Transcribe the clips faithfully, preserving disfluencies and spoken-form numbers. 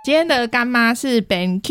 今天的干妈是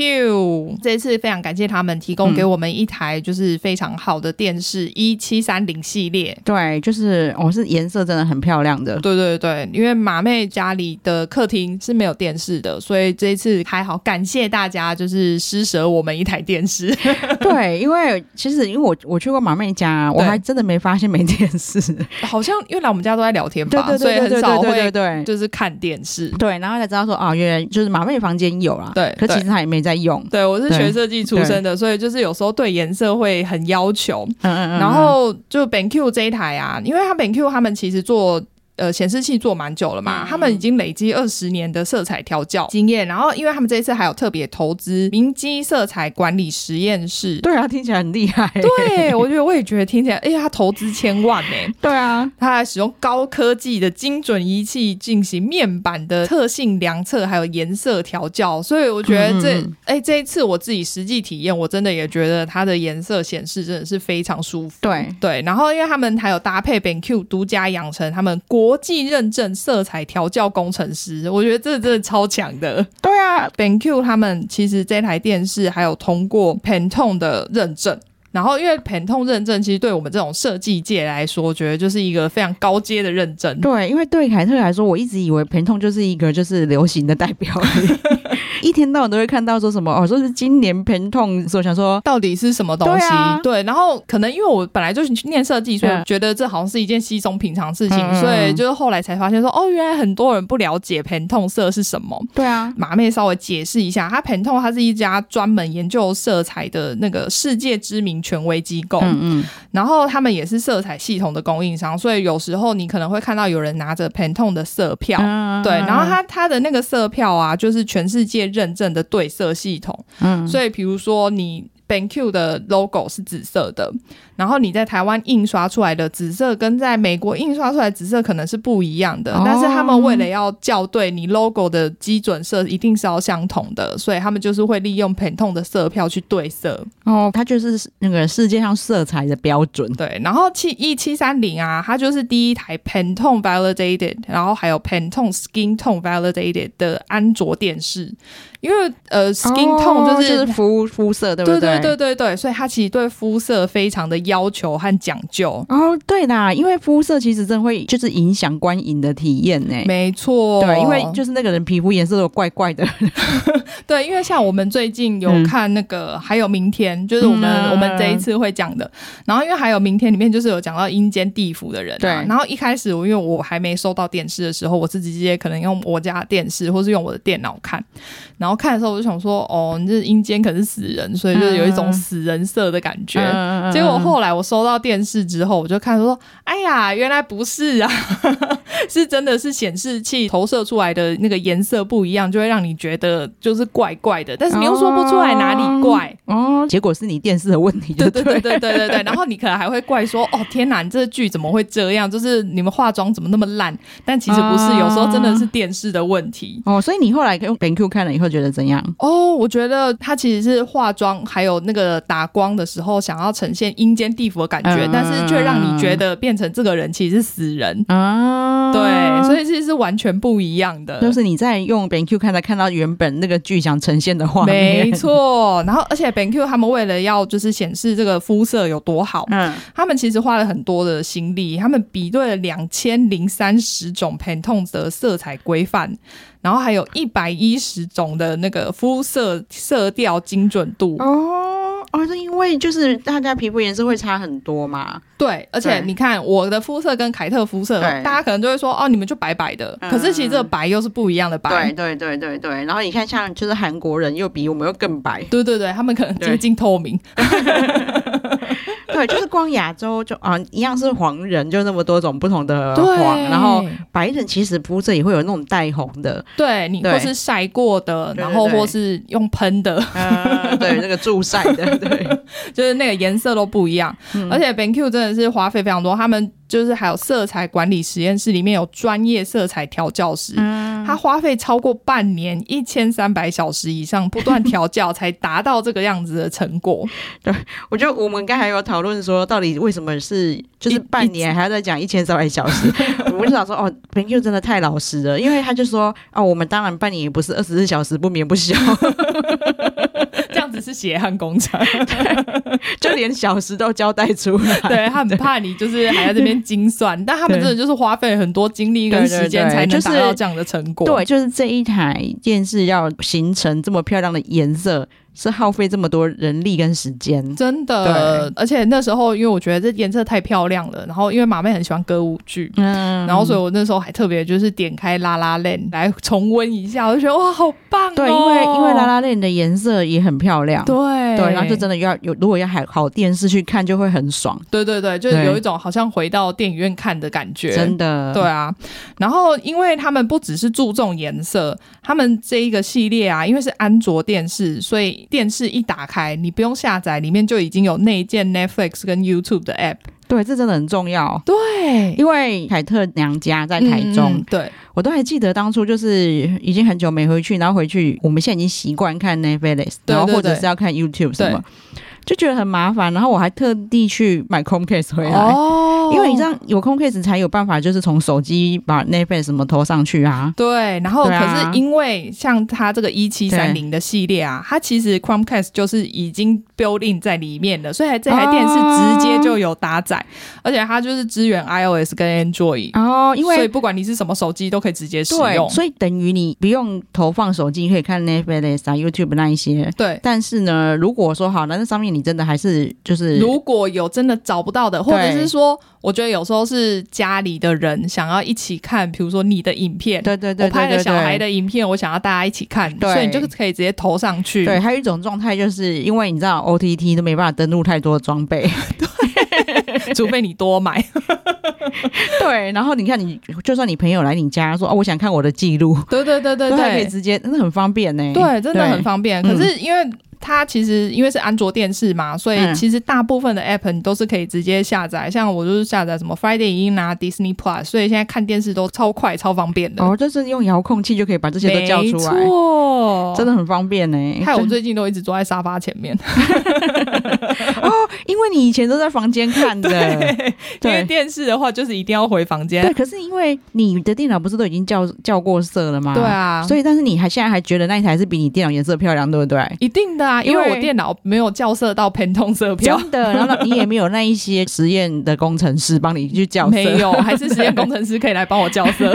BenQ， 这次非常感谢他们提供给我们一台就是非常好的电视一七三零系列。 对，就是哦，是颜色真的很漂亮的。 对对对，因为马妹家里的客厅是没有电视的，所以这一次还好感谢大家就是施舍我们一台电视。 对，因为其实因为我我去过马妹家，我还真的没发现没电视。 好像因为来我们家都在聊天吧， 对对对对对对对对对， 所以很少会就是看电视。 对，然后才知道说啊，原来就是马妹房间有啦。 对， 可其实他也没在用。 对，我是学设计出身的，所以就是有时候对颜色会很要求。 嗯嗯嗯。 然后就 BenQ 这一台啊，因为他 BenQ 他们其实做呃显示器做蛮久了嘛、嗯、他们已经累积二十年的色彩调教经验，然后因为他们这一次还有特别投资明基色彩管理实验室。 对啊，听起来很厉害。 对，我觉得我也觉得听起来哎呀，他投资千万耶。 对啊， 他还使用高科技的精准仪器进行面板的特性量测还有颜色调教，所以我觉得这哎、嗯、这一次我自己实际体验，我真的也觉得它的颜色显示真的是非常舒服。 对对，然后因为他们还有搭配 BenQ 独家养成他们国际认证色彩调教工程师，我觉得这真的超强的。 对啊， BenQ 他们其实这台电视还有通过 Pantone 的认证，然后因为 Pantone 认证其实对我们这种设计界来说，我觉得就是一个非常高阶的认证。 对，因为对凯特来说，我一直以为 Pantone 就是一个就是流行的代表而已。一天到晚都会看到说什么哦，说是今年 Pantone， 所以我想说到底是什么东西。 对,、啊、对，然后可能因为我本来就是念设计，所以觉得这好像是一件稀松平常事情、嗯、所以就是后来才发现说哦，原来很多人不了解 Pantone 色是什么。 对啊， 马妹稍微解释一下，它 Pantone 它是一家专门研究色彩的那个世界知名权威机构。嗯嗯，然后他们也是色彩系统的供应商，所以有时候你可能会看到有人拿着 Pantone 的色票、嗯、对，然后它它的那个色票啊，就是全世界认证的对色系统。嗯，所以比如说你BenQ 的 logo 是紫色的，然后你在台湾印刷出来的紫色跟在美国印刷出来的紫色可能是不一样的、哦、但是他们为了要校对你 logo 的基准色一定是要相同的，所以他们就是会利用 Pantone 的色票去对色。 哦，它就是那个世界上色彩的标准。 对，然后一七三零啊，它就是第一台 Pantone validated 然后还有 Pantone skin tone validated 的安卓电视。因为呃 skin tone 就是、 哦、就是肤肤色，对不对？ 对对对对对，所以它其实对肤色非常的要求和讲究。 哦，对啦，因为肤色其实真的会就是影响观影的体验呢。 没错， 对，因为就是那个人皮肤颜色都怪怪的。 对，因为像我们最近有看那个、嗯、还有明天，就是我们、嗯、我们这一次会讲的。然后因为还有明天里面就是有讲到阴间地府的人、啊，对。然后一开始我因为我还没收到电视的时候，我是直接可能用我家的电视或是用我的电脑看，然后看的时候我就想说，哦，你这阴间可是死人，所以就是有一种死人色的感觉。嗯、结果后来我收到电视之后，我就看说，哎呀，原来不是啊，是真的是显示器投射出来的那个颜色不一样，就会让你觉得就是怪怪的，但是你又说不出来哪里怪。哦， 结果是你电视的问题就对。 对对对对对对，然后你可能还会怪说，哦天哪，你这剧怎么会这样？就是你们化妆怎么那么烂？但其实不是，哦、有时候真的是电视的问题。 哦，所以你后来用 BenQ 看了以后觉得怎样？ 哦，我觉得它其实是化妆还有那个打光的时候想要呈现阴间地府的感觉，嗯、但是却让你觉得变成这个人其实是死人啊。对，所以其实是完全不一样的。 就是你在用 BenQ 看才看到原本那个剧想呈现的画面。 没错，然后而且 BenQ 他们为了要就是显示这个肤色有多好，嗯，他们其实花了很多的心力，他们比对了两千零三十种 Pantone 的色彩规范，然后还有一百一十种的那个肤色色调精准度。哦哦，是因为就是大家皮肤颜色会差很多嘛。 对，而且你看我的肤色跟凯特肤色，大家可能就会说哦，你们就白白的，嗯、可是其实这个白又是不一样的白。 对对对对对，然后你看像就是韩国人又比我们又更白。 对对对，他们可能接近透明。 对，就是光亚洲就啊，一样是黄人，就那么多种不同的黄，然后白人其实肤色也会有那种带红的， 对，你或是晒过的，然后或是用喷的， 呃、对，那个助晒的， 对， 就是那个颜色都不一样、嗯、而且 BenQ 真的是花费非常多，他们就是还有色彩管理实验室，里面有专业色彩调教师、嗯、他花费超过半年一千三百小时以上不断调教才达到这个样子的成果。 对，我觉得我们刚才有讨论说到底为什么是就是半年还要再讲一千三百小时我就想说哦 BenQ 真的太老实了，因为他就说哦，我们当然半年也不是二十四小时不眠不休这样子是血汗工厂就连小时都交代出来对，他很怕你就是还在这边精算但他们真的就是花费很多精力跟时间才能达到这样的成果。 对, 对, 对，就是这一台电视要形成这么漂亮的颜色是耗费这么多人力跟时间， 真的。而且那时候因为我觉得这颜色太漂亮了，然后因为马妹很喜欢歌舞剧、嗯、然后所以我那时候还特别就是点开拉拉链来重温一下，我就觉得哇好棒哦。 对，因为因为拉拉链的颜色也很漂亮， 对对，然后就真的要有如果要好电视去看就会很爽。 对对对，就是有一种好像回到电影院看的感觉， 真的。 对啊，然后因为他们不只是注重颜色，他们这一个系列啊因为是安卓电视，所以电视一打开你不用下载，里面就已经有内建 Netflix 跟 YouTube 的 app。 对，这真的很重要。 对， 因为凯特娘家在台中、嗯、 对， 我都还记得当初就是已经很久没回去，然后回去我们现在已经习惯看 Netflix， 然后或者是要看 YouTube 什么，就觉得很麻烦，然后我还特地去买 Chromecast 回来、哦、因为你这样有 Chromecast 才有办法就是从手机把 Netflix 什么投上去啊。 对，然后可是因为像它这个一七三零的系列啊，它其实 Chromecast 就是已经 built in 在里面了，所以这台电视直接就有搭载、哦、而且它就是支援 iOS 跟 Android 哦，因为所以不管你是什么手机都可以直接使用。 对，所以等于你不用投放手机可以看 Netflix 啊 YouTube 那一些。 对， 但是呢如果说好那上面你真的还是就是如果有真的找不到的，或者是说我觉得有时候是家里的人想要一起看，比如说你的影片， 对对 对, 对, 对, 对， 我拍了小孩的影片我想要大家一起看，所以你就可以直接投上去。 对，还有一种状态就是因为你知道 O T T 都没办法登录太多的装备对，除非你多买对，然后你看你就算你朋友来你家说、哦、我想看我的记录， 对对对对对， 可以直接，真的很方便呢。 对，真的很方便。可是因为它其实因为是安卓电视嘛，所以其实大部分的 app 你都是可以直接下载、嗯、像我就是下载什么 Friday 影音啊 Disney Plus， 所以现在看电视都超快超方便的。 哦，就是用遥控器就可以把这些都叫出来，没错，真的很方便耶。 害我最近都一直坐在沙发前面哦，因为你以前都在房间看的。 对，因为电视的话就是一定要回房间。 对，可是因为你的电脑不是都已经校校过色了吗？ 对啊， 所以但是你还现在还觉得那一台是比你电脑颜色漂亮，对不对？ 一定的啊，因为我电脑没有校色到Pantone色票， 真的。然后你也没有那一些实验的工程师帮你去校色， 没有，还是实验工程师可以来帮我校色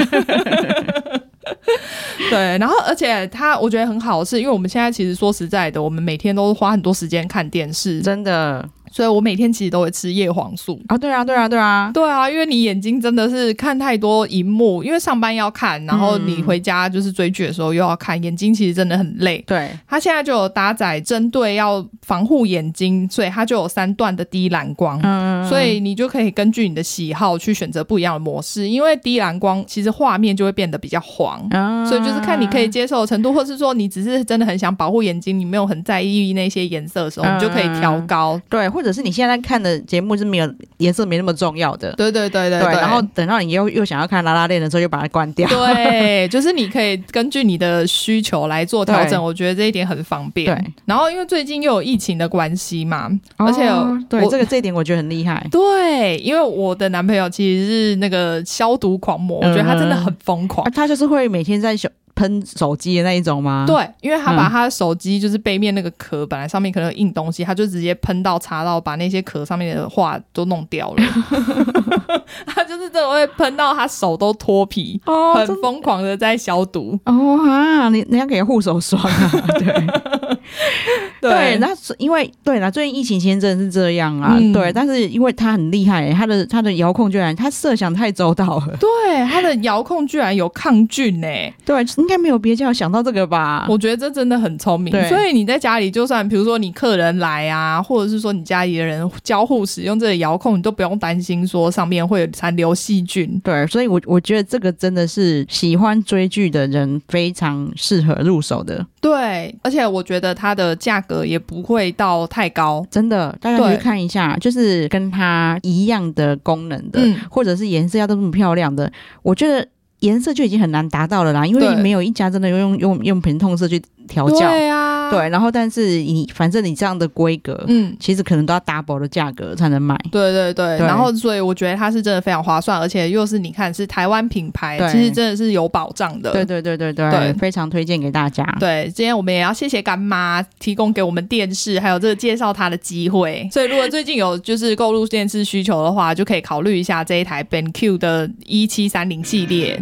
对，然后而且他我觉得很好的是，因为我们现在其实说实在的，我们每天都花很多时间看电视， 真的， 所以我每天其实都会吃叶黄素啊。对啊对啊对啊对啊，因为你眼睛真的是看太多荧幕，因为上班要看，然后你回家就是追剧的时候又要看，眼睛其实真的很累。 对， 它现在就有搭载针对要防护眼睛，所以它就有三段的低蓝光，嗯，所以你就可以根据你的喜好去选择不一样的模式，因为低蓝光其实画面就会变得比较黄，嗯，所以就是看你可以接受的程度，或是说你只是真的很想保护眼睛，你没有很在意那些颜色的时候，嗯，你就可以调高。 对，或者是你现在看的节目是没有颜色没那么重要的， 对对对 对, 对, 对，然后等到你又又想要看拉拉链的时候，就把它关掉。 对，就是你可以根据你的需求来做调整，我觉得这一点很方便。对，然后因为最近又有疫情的关系嘛，哦，而且对这个这一点我觉得很厉害。 对，因为我的男朋友其实是那个消毒狂魔，嗯，我觉得他真的很疯狂， 啊，他就是会每天在喷手机的那一种吗？ 对，因为他把他的手机就是背面那个壳，嗯，本来上面可能有印东西，他就直接喷到擦到，把那些壳上面的画都弄掉了他就是真的会喷到他手都脱皮，哦，很疯狂的在消毒。 哦啊，你人家给护手霜啊对对，那因为对啦，最近疫情期间真的是这样啊，嗯，对，但是因为他很厉害，他的他的遥控居然他设想太周到了， 对，他的遥控居然有抗菌欸， 对，应该没有别家想到这个吧？ 我觉得这真的很聪明。所以你在家里，就算比如说你客人来啊，或者是说你家里的人交互使用这个遥控，你都不用担心说上面会有残留细菌。 对，所以我我觉得这个真的是喜欢追剧的人非常适合入手的。 对，而且我觉得的它的价格也不会到太高， 真的大家去看一下，就是跟它一样的功能的、嗯、或者是颜色要都这么漂亮的，我觉得颜色就已经很难达到了啦，因为没有一家真的用用用平痛色去调教， 对啊， 对，然后但是你反正你这样的规格，嗯，其实可能都要 double 的价格才能买， 对对 对, 对，然后所以我觉得它是真的非常划算，而且又是你看是台湾品牌，其实真的是有保障的， 对对对对 对, 对，非常推荐给大家。 对，今天我们也要谢谢干妈提供给我们电视还有这个介绍它的机会，所以如果最近有就是购入电视需求的话，就可以考虑一下这一台 BenQ 的一七三零系列。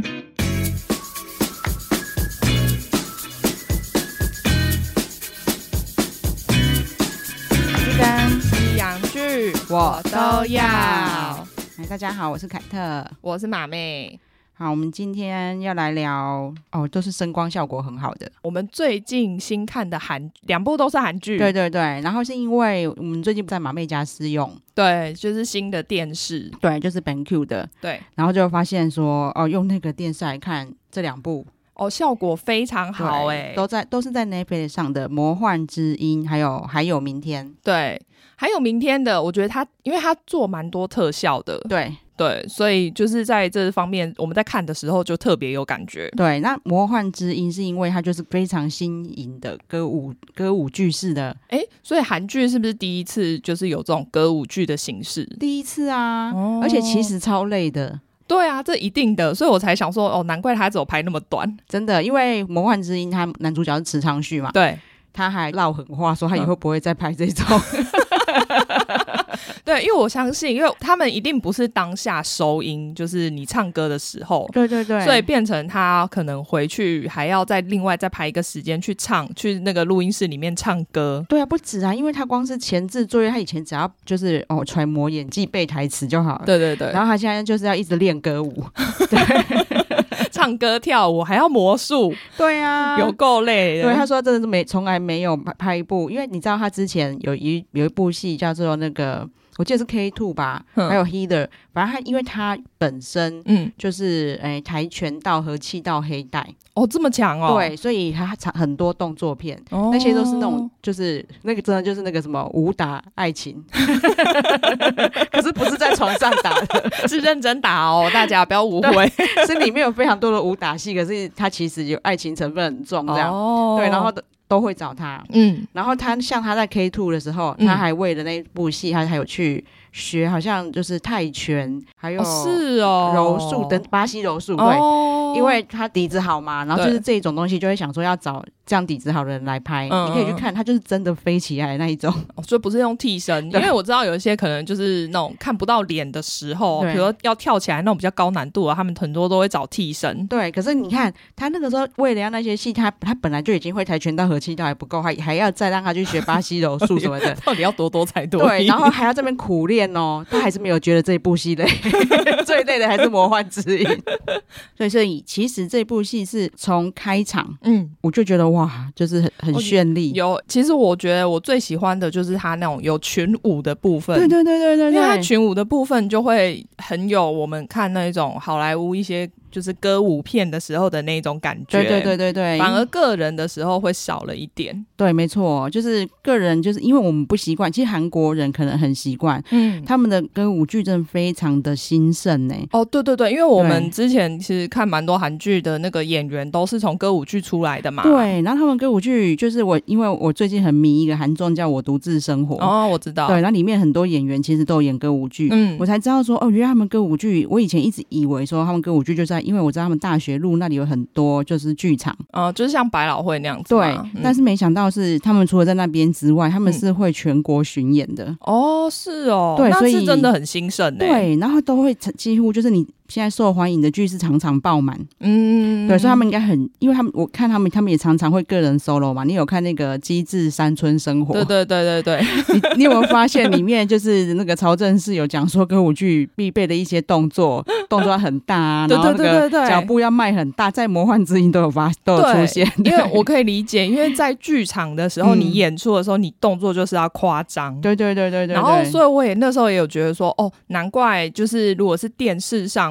我都要。 哎，大家好，我是凯特， 我是马妹。 好，我们今天要来聊哦，都是声光效果很好的。 我们最近新看的韩两部都是韩剧， 对对对。然后是因为我们最近在马妹家试用， 对，就是新的电视， 对，就是 BenQ 的， 对。 然后就发现说，哦，用那个电视来看这两部。 哦，效果非常好哎、欸， 都在都是在 Netflix 上的《魔幻之音》，还有还有明天， 对，还有明天的，我觉得他因为他做蛮多特效的， 对对，所以就是在这方面我们在看的时候就特别有感觉。 对，那《魔幻之音》是因为它就是非常新颖的歌舞歌舞剧式的， 哎，所以韩剧是不是第一次就是有这种歌舞剧的形式？ 第一次啊、哦，而且其实超累的。 对啊，这一定的，所以我才想说，哦，难怪他只有拍那么短， 真的，因为《魔幻之音》他男主角是池昌旭嘛， 对， 他还撂狠话说他以后不会再拍这种。嗯对，因为我相信，因为他们一定不是当下收音，就是你唱歌的时候， 对对对， 所以变成他可能回去还要再另外再排一个时间去唱，去那个录音室里面唱歌。 对啊，不止啊，因为他光是前置作业，他以前只要就是哦揣摩演技背台词就好了， 对对对， 然后他现在就是要一直练歌舞，对。 唱歌跳舞还要魔术，对啊，有够累的。 对，他说真的是没从来没有拍一部，因为你知道他之前有一有一部戏叫做那个，我记得是 K 二 吧，还有 Healer， 反正他因为他本身嗯就是诶、欸、跆拳道和气道黑带。 哦，这么强哦！ 对，所以他很多动作片、哦，那些都是那种，就是那个真的就是那个什么武打爱情，可是不是在床上打的， 是认真打哦，大家不要误会。 是里面有非常多的武打戏，可是他其实有爱情成分很重，这样、哦、对，然后都会找他，嗯，然后他像他在 K 二 的时候，他还为了那部戏，他还有去学，好像就是泰拳，还有是哦柔术等巴西柔术，对。哦，因为他底子好嘛，然后就是这种东西就会想说要找这样底子好的人来拍，你可以去看，他就是真的飞起来的那一种， 哦，所以不是用替身，因为我知道有一些可能就是那种看不到脸的时候，比如说要跳起来那种比较高难度啊，他们很多都会找替身。 对，可是你看他那个时候为了要那些戏，他他本来就已经会跆拳道和气道还不够，还还要再让他去学巴西柔术什么的， 到底要多多才多艺？ 对，然后还要这边苦练哦，他还是没有觉得这一部戏累，最累的还是魔幻之音。所以所以其实这部戏是从开场，嗯，我就觉得哇，就是很很绚丽。 有，其实我觉得我最喜欢的就是他那种有群舞的部分。 对对对对对对， 因为他群舞的部分就会很有我们看那种好莱坞一些就是歌舞片的时候的那种感觉。 对对对对对， 反而个人的时候会少了一点。 对，没错，就是个人，就是因为我们不习惯，其实韩国人可能很习惯，嗯，他们的歌舞剧真的非常的兴盛呢。 哦，对对对，因为我们之前其实看蛮多韩剧的那个演员都是从歌舞剧出来的嘛。 对，然后他们歌舞剧就是我，因为我最近很迷一个韩综叫《我独自生活》。 哦，我知道。对， 然后里面很多演员其实都有演歌舞剧，嗯，我才知道说哦，原来他们歌舞剧，我以前一直以为说他们歌舞剧就是在，因为我知道他们大学路那里有很多就是剧场， 哦、呃，就是像百老汇那样子。 对、 嗯， 但是没想到是他们除了在那边之外，他们是会全国巡演的。 嗯、哦，是哦， 对，所以那是真的很兴盛欸。 对，然后都会几乎就是你现在受欢迎的剧是常常爆满，嗯，对，所以他们应该很，因为他们我看他们，他们也常常会个人 solo 嘛。你有看那个《机智山村生活》？ 对对对对对， 你你有没有发现里面就是那个曹正奭有讲说歌舞剧必备的一些动作，动作很大啊，然后那个脚步要迈很大，在《魔幻之音》都有发都有出现。 因为我可以理解，因为在剧场的时候，你演出的时候，你动作就是要夸张。 对对对对对。 然后，所以我也那时候也有觉得说，哦，难怪就是如果是电视上。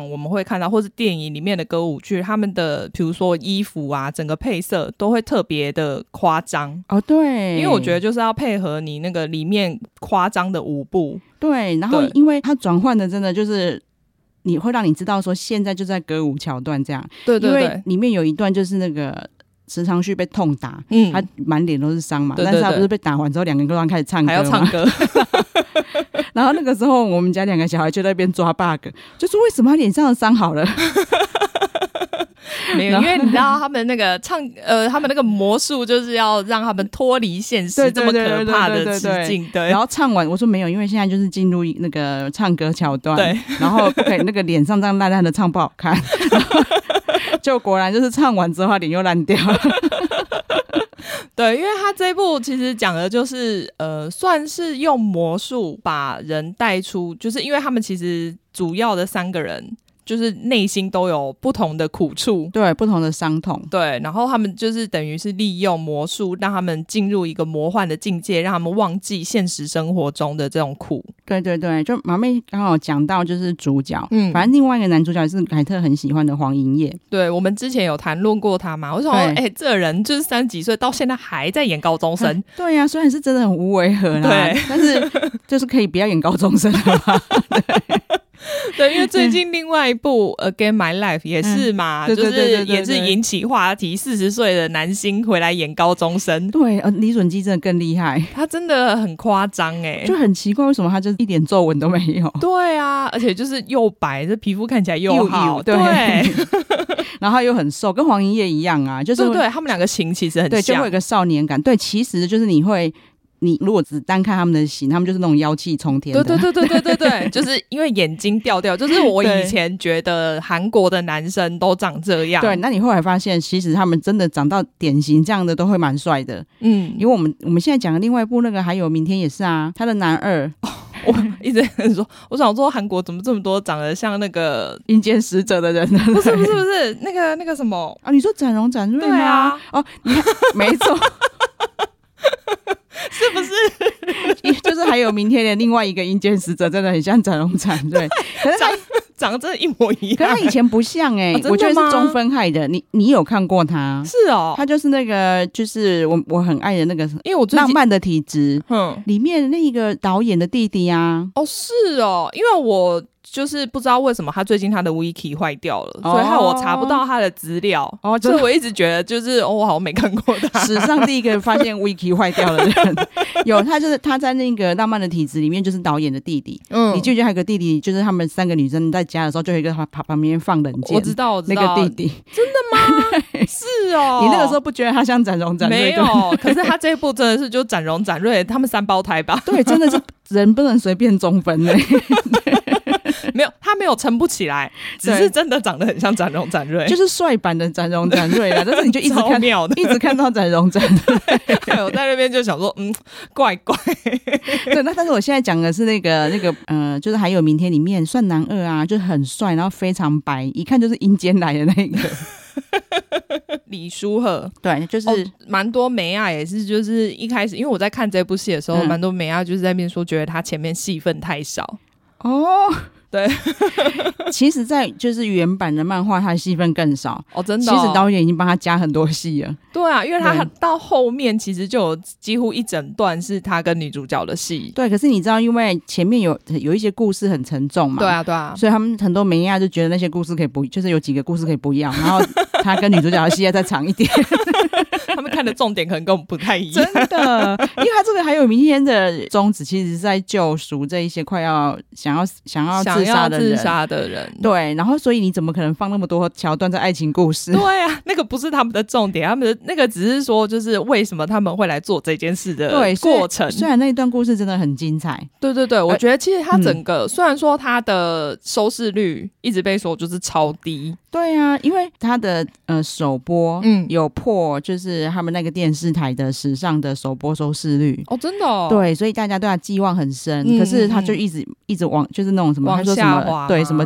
我们会看到，或是电影里面的歌舞剧，他们的比如说衣服啊，整个配色都会特别的夸张哦，对， 因为我觉得就是要配合你那个里面夸张的舞步， 对，然后因为它转换的真的就是你会让你知道说现在就在歌舞桥段这样， 对对对， 因为里面有一段就是那个池昌旭被痛打， 嗯， 他满脸都是伤嘛， 对对对， 但是他不是被打完之后两个人突然开始唱歌吗， 还要唱歌然后那个时候我们家两个小孩就在那边抓 bug， 就说为什么他脸上的伤好了没有，因为你知道他们那个唱呃，他们那个魔术就是要让他们脱离现实这么可怕的情境，对。 然后唱完，我说没有，因为现在就是进入那个唱歌桥段，对。然后不可以那个脸上这样烂烂的唱不好看，就果然就是唱完之后他脸又烂掉了。 对，因为他这一部其实讲的就是呃，算是用魔术把人带出，就是因为他们其实主要的三个人。就是内心都有不同的苦处， 对，不同的伤痛， 对，然后他们就是等于是利用魔术让他们进入一个魔幻的境界，让他们忘记现实生活中的这种苦。 对对对，就马妹刚好讲到就是主角，嗯，反正另外一个男主角是凯特很喜欢的黄银业， 对，我们之前有谈论过他嘛，我想说哎、欸，这个人就是三十几岁到现在还在演高中生， 对呀、啊，虽然是真的很无违和啦， 对， 但是就是可以不要演高中生了嘛。对对，因为最近另外一部《Again My Life》也是嘛，嗯、就是也是引起话题，四十岁的男星回来演高中生。 对，呃，李准基真的更厉害， 他真的很夸张哎， 就很奇怪为什么他就一点皱纹都没有。 对啊，而且就是又白，这皮肤看起来又好， 又对，对然后他又很瘦，跟黄银业一样啊，就是对对，他们两个型其实很像， 对，就会有一个少年感。对，其实就是你会。你如果只单看他们的型，他们就是那种妖气冲天的。 对对对对对对对，就是因为眼睛掉掉，就是我以前觉得韩国的男生都长这样。 对，那你后来发现，其实他们真的长到典型这样的都会蛮帅的。嗯，因为我们我们现在讲的另外一部那个还有明天也是啊，他的男二。哦我一直很说，我想说韩国怎么这么多长得像那个阴间使者的人呢？ 不是不是不是，那个那个什么啊？你说展荣展瑞吗？ 对啊， 哦，你看，没错。 是不是？ 就是还有明天的另外一个阴间使者，真的很像展荣展瑞，可是他长得真的一模一样。 可是他以前不像哎、欸哦，我觉得是中分害的。你你有看过他？ 是哦， 他就是那个，就是我我很爱的那个， 因为我浪漫的体质，嗯，里面那个导演的弟弟啊。 哦，是哦，因为我。就是不知道为什么他最近他的 wiki 坏掉了，哦、所以害我查不到他的资料。哦，所以我一直觉得就是哦，我好像没看过他。 史上第一个发现 wiki 坏掉的人，有他就是他在那个浪漫的体质里面就是导演的弟弟。嗯，你记不记得还有个弟弟，就是他们三个女生在家的时候，就有一个旁旁边放冷箭。 我知道，我知道那个弟弟。 真的吗？是哦。 你那个时候不觉得他像展荣展瑞？ 没有，可是他这一部真的是就展荣展瑞他们三胞胎吧？ 对，真的是人不能随便中分嘞、欸。 没有，他没有撑不起来，只是真的长得很像展荣展瑞， 就是帅版的展荣展瑞啊。但是你就一直看，一直看到展荣展瑞。 我在那边就想说，嗯，怪怪。 对，那但是我现在讲的是那个那个呃，就是还有明天里面算男二啊，就是很帅，然后非常白，一看就是阴间来的那个。 李书赫， 对，就是蛮、哦、多美亚也是，就是一开始，因为我在看这部戏的时候，蛮、嗯、多美亚就是在那边说，觉得他前面戏份太少。哦，对， 其实，在就是原版的漫画，他的戏份更少哦，真的、 哦。其实导演已经帮他加很多戏了。 对啊，因为他到后面其实就有几乎一整段是他跟女主角的戏。 对，可是你知道，因为前面有有一些故事很沉重嘛， 对啊，对啊， 所以他们很多美亚就觉得那些故事可以不，就是有几个故事可以不要，然后他跟女主角的戏要再长一点。 他们看的重点可能跟我们不太一样， 真的，因为他这个还有明天的宗旨，其实是在救赎这一些快要想要想要自杀的人， 自杀的人， 对，然后所以你怎么可能放那么多桥段在爱情故事？ 对啊，那个不是他们的重点，他们的那个只是说，就是为什么他们会来做这件事的过程。 虽然那一段故事真的很精彩， 对对对，我觉得其实他整个、嗯、虽然说他的收视率一直被说就是超低。 对啊，因为他的呃首播嗯有破就是他们那个电视台的史上的首播收视率哦，真的哦， 对，所以大家对他寄望很深、嗯、可是他就一直一直往就是那种什么往下滑， 对什么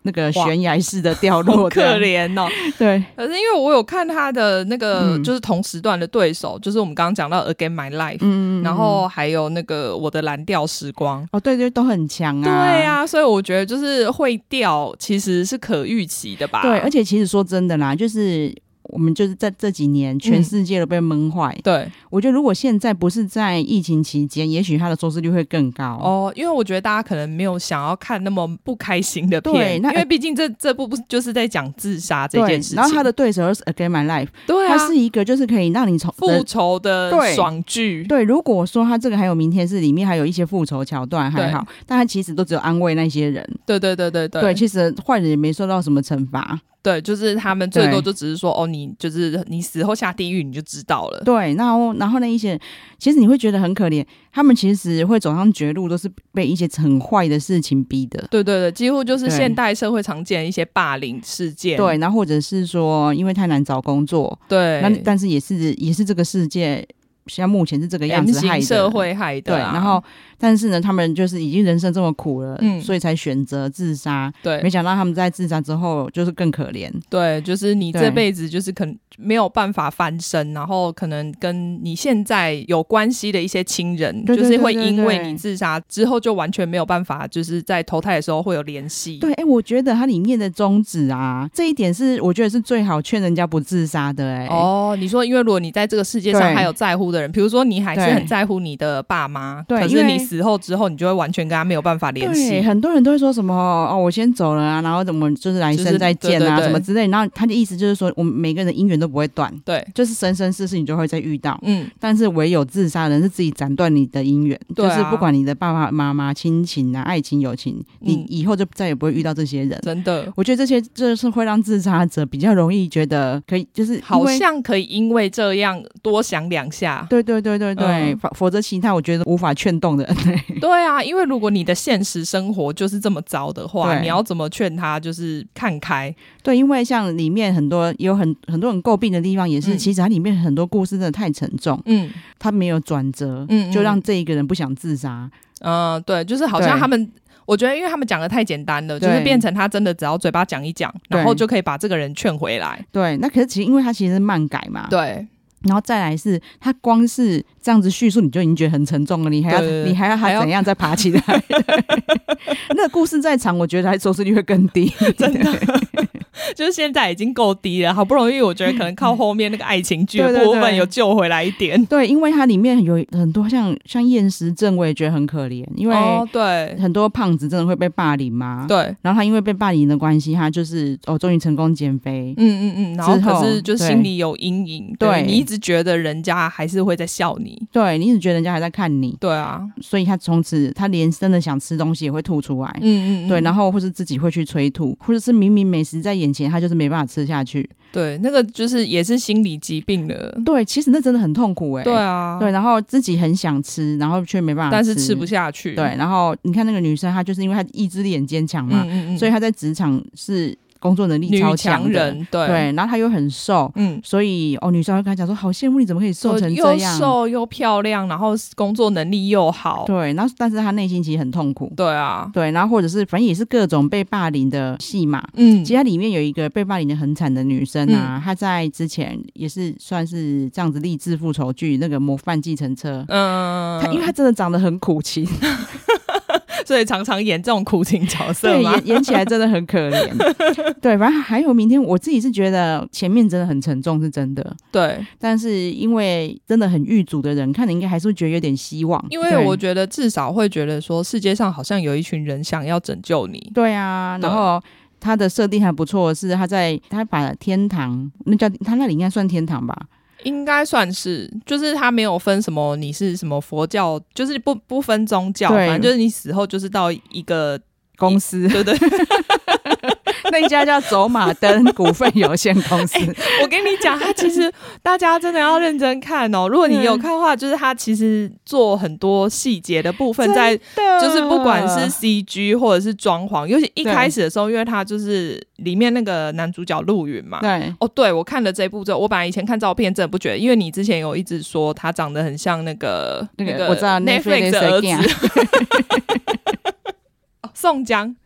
那个悬崖式的掉落， 好可怜哦。 对， 可是因为我有看他的那个、嗯、就是同时段的对手，就是我们刚刚讲到 Again My Life， 嗯，然后还有那个我的蓝调时光， 哦，对对，都很强啊。 对啊，所以我觉得就是会掉其实是可预期的吧。 对，而且其实说真的啦，就是我们就是在这几年全世界都被闷坏、嗯、对，我觉得如果现在不是在疫情期间，也许它的收视率会更高哦。因为我觉得大家可能没有想要看那么不开心的片，对，那因为毕竟这这部不就是在讲自杀这件事情。 然后他的对手是 Again My Life， 对啊，它是一个就是可以让你从复仇的爽剧。 对，如果说他这个还有明天是里面还有一些复仇桥段还好，但他其实都只有安慰那些人。 对对对对对， 对，其实坏人也没受到什么惩罚。 对，就是他们最多就只是说哦，你就是你死后下地狱你就知道了。 对，然后然后那一些其实你会觉得很可怜，他们其实会走上绝路都是被一些很坏的事情逼的。 对对对，几乎就是现代社会常见的一些霸凌事件。 对，然后或者是说因为太难找工作，对，那但是也是也是这个世界像目前是这个样子害的， 社会害的、啊。 对，然后但是呢，他们就是已经人生这么苦了，嗯，所以才选择自杀。对，没想到他们在自杀之后就是更可怜。 对，就是你这辈子就是可能没有办法翻身，然后可能跟你现在有关系的一些亲人，对对对对对，就是会因为你自杀之后就完全没有办法，就是在投胎的时候会有联系。 对，哎、欸，我觉得它里面的宗旨啊，这一点是我觉得是最好劝人家不自杀的、欸。哎，哦， 你说因为如果你在这个世界上还有在乎的人，比如说你还是很在乎你的爸妈，对，可是你死后之后，你就会完全跟他没有办法联系。 对，很多人都会说什么哦，我先走了啊，然后我们就是来生再见啊，就是、对对对，什么之类。然后他的意思就是说，我们每个人的姻缘都不会断，对，就是生生世世你就会再遇到。嗯，但是唯有自杀的人是自己斩断你的姻缘、啊，就是不管你的爸爸妈妈、亲情啊、爱情、友情，你以后就再也不会遇到这些人。真的，我觉得这些就是会让自杀者比较容易觉得可以，就是好像可以因为这样多想两下。 对对对对对，嗯、否否则其他我觉得无法劝动的。 对啊，因为如果你的现实生活就是这么糟的话，你要怎么劝他就是看开？ 对，因为像里面很多有很很多人诟病的地方也是、嗯、其实它里面很多故事真的太沉重，嗯，它没有转折，嗯，就让这一个人不想自杀。 嗯、呃，对，就是好像他们我觉得因为他们讲的太简单了，就是变成他真的只要嘴巴讲一讲，然后就可以把这个人劝回来。 对，那可是其实因为他其实是漫改嘛，对，然后再来是他光是这样子叙述你就已经觉得很沉重了，你还要你还要他怎样再爬起来？那个故事再长我觉得他收视率会更低。真的就是现在已经够低了，好不容易我觉得可能靠后面那个爱情剧的部分有救回来一点。 对， 对， 对，因为它里面有很多像像厌食症，我也觉得很可怜，因为对很多胖子真的会被霸凌嘛。对，然后他因为被霸凌的关系，他就是哦终于成功减肥，嗯嗯嗯，然后可是就心里有阴影，对，对你一直觉得人家还是会在笑你， 对你一直觉得人家还在看你， 对啊， 所以他从此他连真的想吃东西也会吐出来，嗯嗯嗯，对，然后或是自己会去催吐，或者是明明美食在眼前他就是没办法吃下去， 对，那个就是也是心理疾病了。 对，其实那真的很痛苦哎、欸。对啊，对，然后自己很想吃，然后却没办法吃， 但是吃不下去。 对，然后你看那个女生，她就是因为她意志力很坚强嘛，嗯嗯嗯，所以她在职场是工作能力超强的，女强人，对，对，然后她又很瘦，嗯，所以哦，女生会跟她讲说，好羡慕你怎么可以瘦成这样， 又瘦又漂亮，然后工作能力又好， 对，然后但是她内心其实很痛苦， 对啊， 对，然后或者是反正也是各种被霸凌的戏码，嗯，其实它里面有一个被霸凌的很惨的女生啊，嗯、她在之前也是算是这样子励志复仇剧那个模范计程车，嗯，她因为她真的长得很苦情。 所以常常演这种苦情角色嘛， 对，演演起来真的很可怜。对，反正还有明天，我自己是觉得前面真的很沉重，是真的。对，但是因为真的很狱卒的人，看你应该还是会觉得有点希望。 因为我觉得至少会觉得说，世界上好像有一群人想要拯救你。 对啊，然后他的设定还不错，是他在他把天堂，那叫他那里应该算天堂吧。 应该算是，就是他没有分什么你是什么佛教，就是不不分宗教，反正就是你死后就是到一个公司， 对对那一家叫走马灯股份有限公司、欸、 我跟你讲，他其实大家真的要认真看哦，如果你有看的话，就是他其实做很多细节的部分在，就是不管是 C G 或者是装潢，尤其一开始的时候，因为他就是里面那个男主角陆云嘛，对，哦，对，我看了这部之后，我本来以前看照片真的不觉得，因为你之前有一直说他长得很像那个那个我知道 Netflix 的儿子宋江，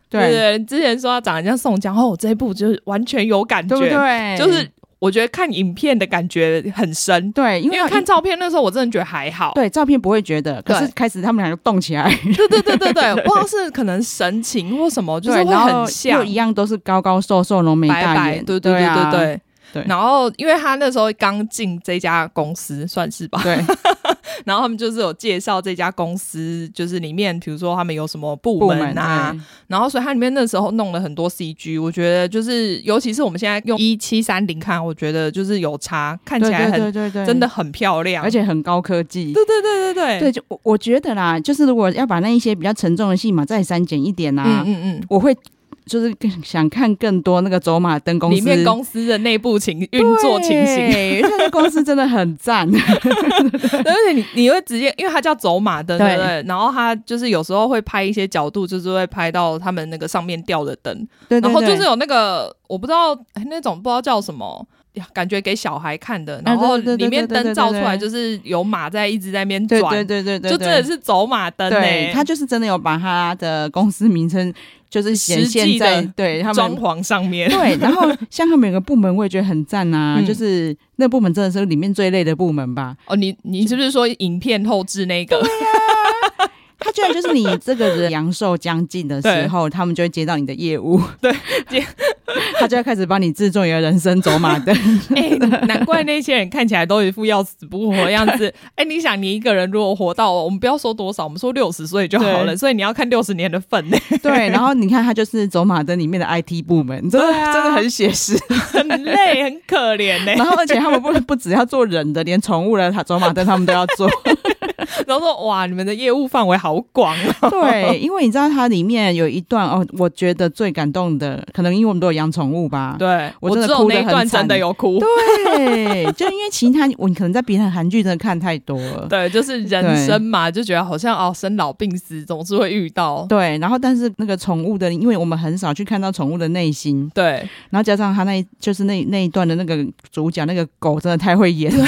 对对对，之前说他长得像宋江，哦，这一部就是完全有感觉， 对不对？ 就是我觉得看影片的感觉很深， 对，因为因为看照片那时候我真的觉得还好， 对，照片不会觉得，可是开始他们俩就动起来， 对对对对对，不知道是可能神情或什么，就是会很像， 又一样都是高高瘦瘦浓眉大眼， 对对对对对。 对， 然后因为他那时候刚进这家公司，算是吧。 对， 然后他们就是有介绍这家公司，就是里面比如说他们有什么部门啊，门然后所以它里面那时候弄了很多 C G， 我觉得就是尤其是我们现在用一七三零看，我觉得就是有差，看起来很对对对对对真的很漂亮， 而且很高科技。 对对对对对对，就我我觉得啦，就是如果要把那一些比较沉重的戏码再删减一点啊，嗯嗯嗯，我会。就是想看更多那个走马灯公司里面公司的内部情运作情形， 对，那个公司真的很赞。 而且你你会直接，因为它叫走马灯，对不对？然后它就是有时候会拍一些角度，就是会拍到他们那个上面吊的灯， 对对对， 然后就是有那个我不知道那种不知道叫什么。感觉给小孩看的，然后里面灯照出来就是有马在一直在那边转， 对对对对， 就真的是走马灯诶、欸。 他就是真的有把他的公司名称就是显现在对他们装潢上面。 对，然后像他们有个部门，我也觉得很赞啊，嗯、就是那部门真的是里面最累的部门吧？ 哦，你你是不是说影片后置那个？ 对啊。他居然就是你这个人阳寿将近的时候，他们就会接到你的业务， 对， 他就要开始帮你制作你的人生走马灯。 哎、欸，难怪那些人看起来都一副要死不活的样子。哎、欸，你想，你一个人如果活到，我们不要说多少，我们说六十岁就好了，所以你要看六十年的份呢。 对，然后你看他就是走马灯里面的 I T 部门，真的、啊、真的很写实， 很累，很可怜呢。 然后而且他们不不只要做人的，连宠物的走马灯他们都要做。 然后说哇，你们的业务范围好广哦。 对，因为你知道它里面有一段哦，我觉得最感动的，可能因为我们都有养宠物吧。 对， 我真的哭得很惨， 我只有那一段真的有哭。 对，就因为其他我可能在别的韩剧真的看太多了。 对，就是人生嘛，就觉得好像哦，生老病死总是会遇到。 对，然后但是那个宠物的，因为我们很少去看到宠物的内心。 对， 然后加上他那就是那那一段的那个主角那个狗真的太会演了。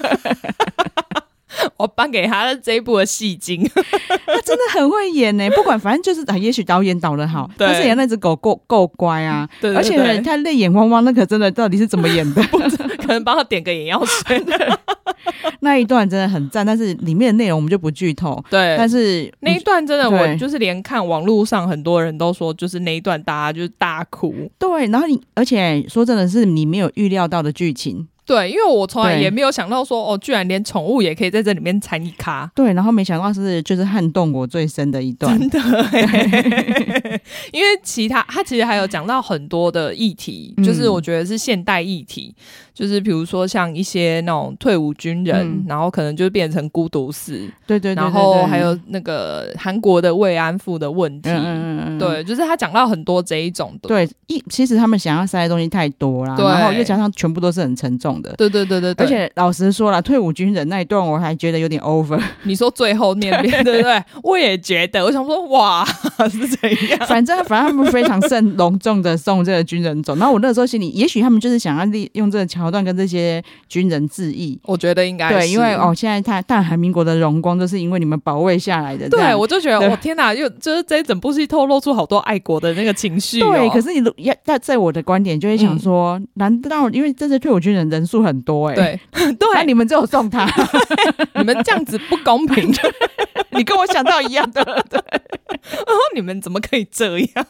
我颁给他的这一部的戏精， 他真的很会演呢。不管反正就是，也许导演导得好，但是演那只狗够够乖啊。 对对对对， 而且他泪眼汪汪，那个真的到底是怎么演的？ 可能帮他点个眼药水。 那一段真的很赞，但是里面的内容我们就不剧透。 对， 但是那一段真的，我就是连看网络上很多人都说，就是那一段大家就是大哭。 对，然后你而且说真的是你没有预料到的剧情。 对，因为我从来也没有想到说，哦，居然连宠物也可以在这里面参与咖。 对，然后没想到是就是撼动我最深的一段， 真的。因为其他他其实还有讲到很多的议题，嗯、就是我觉得是现代议题，就是比如说像一些那种退伍军人，嗯、然后可能就变成孤独死， 对对 对, 对, 对， 然后还有那个韩国的慰安妇的问题，嗯嗯嗯对，就是他讲到很多这一种的。 对，一其实他们想要塞的东西太多啦，然后又加上全部都是很沉重。 对对对对对， 而且老实说啦，退伍军人那一段我还觉得有点 over。 你说最后面对对对，我也觉得，我想说哇是怎样？ 反正反正他们非常慎隆重的送这个军人走。然后我那时候心里，也许他们就是想要利用这个桥段跟这些军人致意。 我觉得应该是对，因为哦，现在他大韩民国的荣光就是因为你们保卫下来的。 对，我就觉得我、哦、天哪，又就是这一整部戏透露出好多爱国的那个情绪、哦。 对，可是你要在在我的观点就会想说，嗯、难道因为这些退伍军人人数很多哎、欸？ 对对， 那你们只有送他， 你们这样子不公平。 你跟我想到一样的，对。 然后你们怎么可以这样？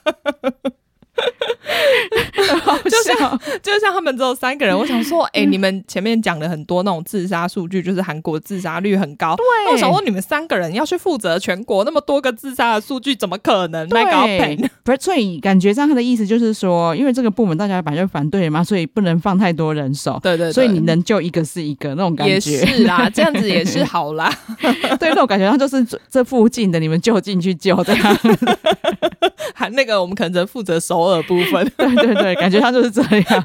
就像就像他们只有三个人，我想说，哎、欸，你们前面讲了很多那种自杀数据，就是韩国自杀率很高。对，我想说，你们三个人要去负责全国那么多个自杀的数据，怎么可能？ 对，不是，所以感觉上他的意思就是说，因为这个部门大家本来就反对嘛，所以不能放太多人手。对 对, 对，所以你能救一个是一个那种感觉。 也是啦，这样子也是好啦。 对，那种感觉上就是这附近的你们就近去救这样。 还那个我们可能只负责首尔部分。 对对对，感觉上就是这样。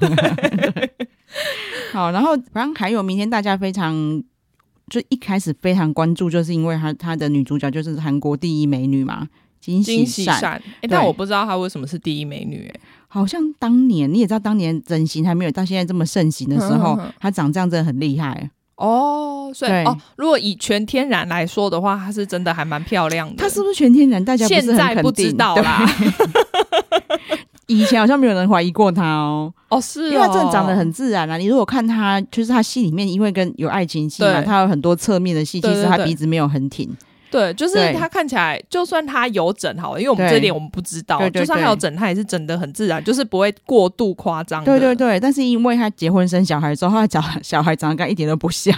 好，然后反正还有明天大家非常就一开始非常关注，就是因为她她的女主角就是韩国第一美女嘛，金喜善。 欸、但我不知道她为什么是第一美女、欸。 好像当年你也知道，当年整形还没有到现在这么盛行的时候，她长这样真的很厉害。 哦，所以哦，如果以全天然来说的话，她是真的还蛮漂亮的。 她是不是全天然？大家不是很肯定， 现在不知道啦。 以前好像没有人怀疑过他哦。 哦，是哦， 因为他真的长得很自然啊。你如果看他，就是他戏里面，因为跟有爱情戏嘛，他有很多侧面的戏，其实他鼻子没有很挺。 对，就是他看起来，就算他有整好了，因为我们这一点我们不知道，对对对，就算他有整，他也是整得很自然，就是不会过度夸张的。 对对对，但是因为他结婚生小孩之后，他的小孩长得跟他一点都不像。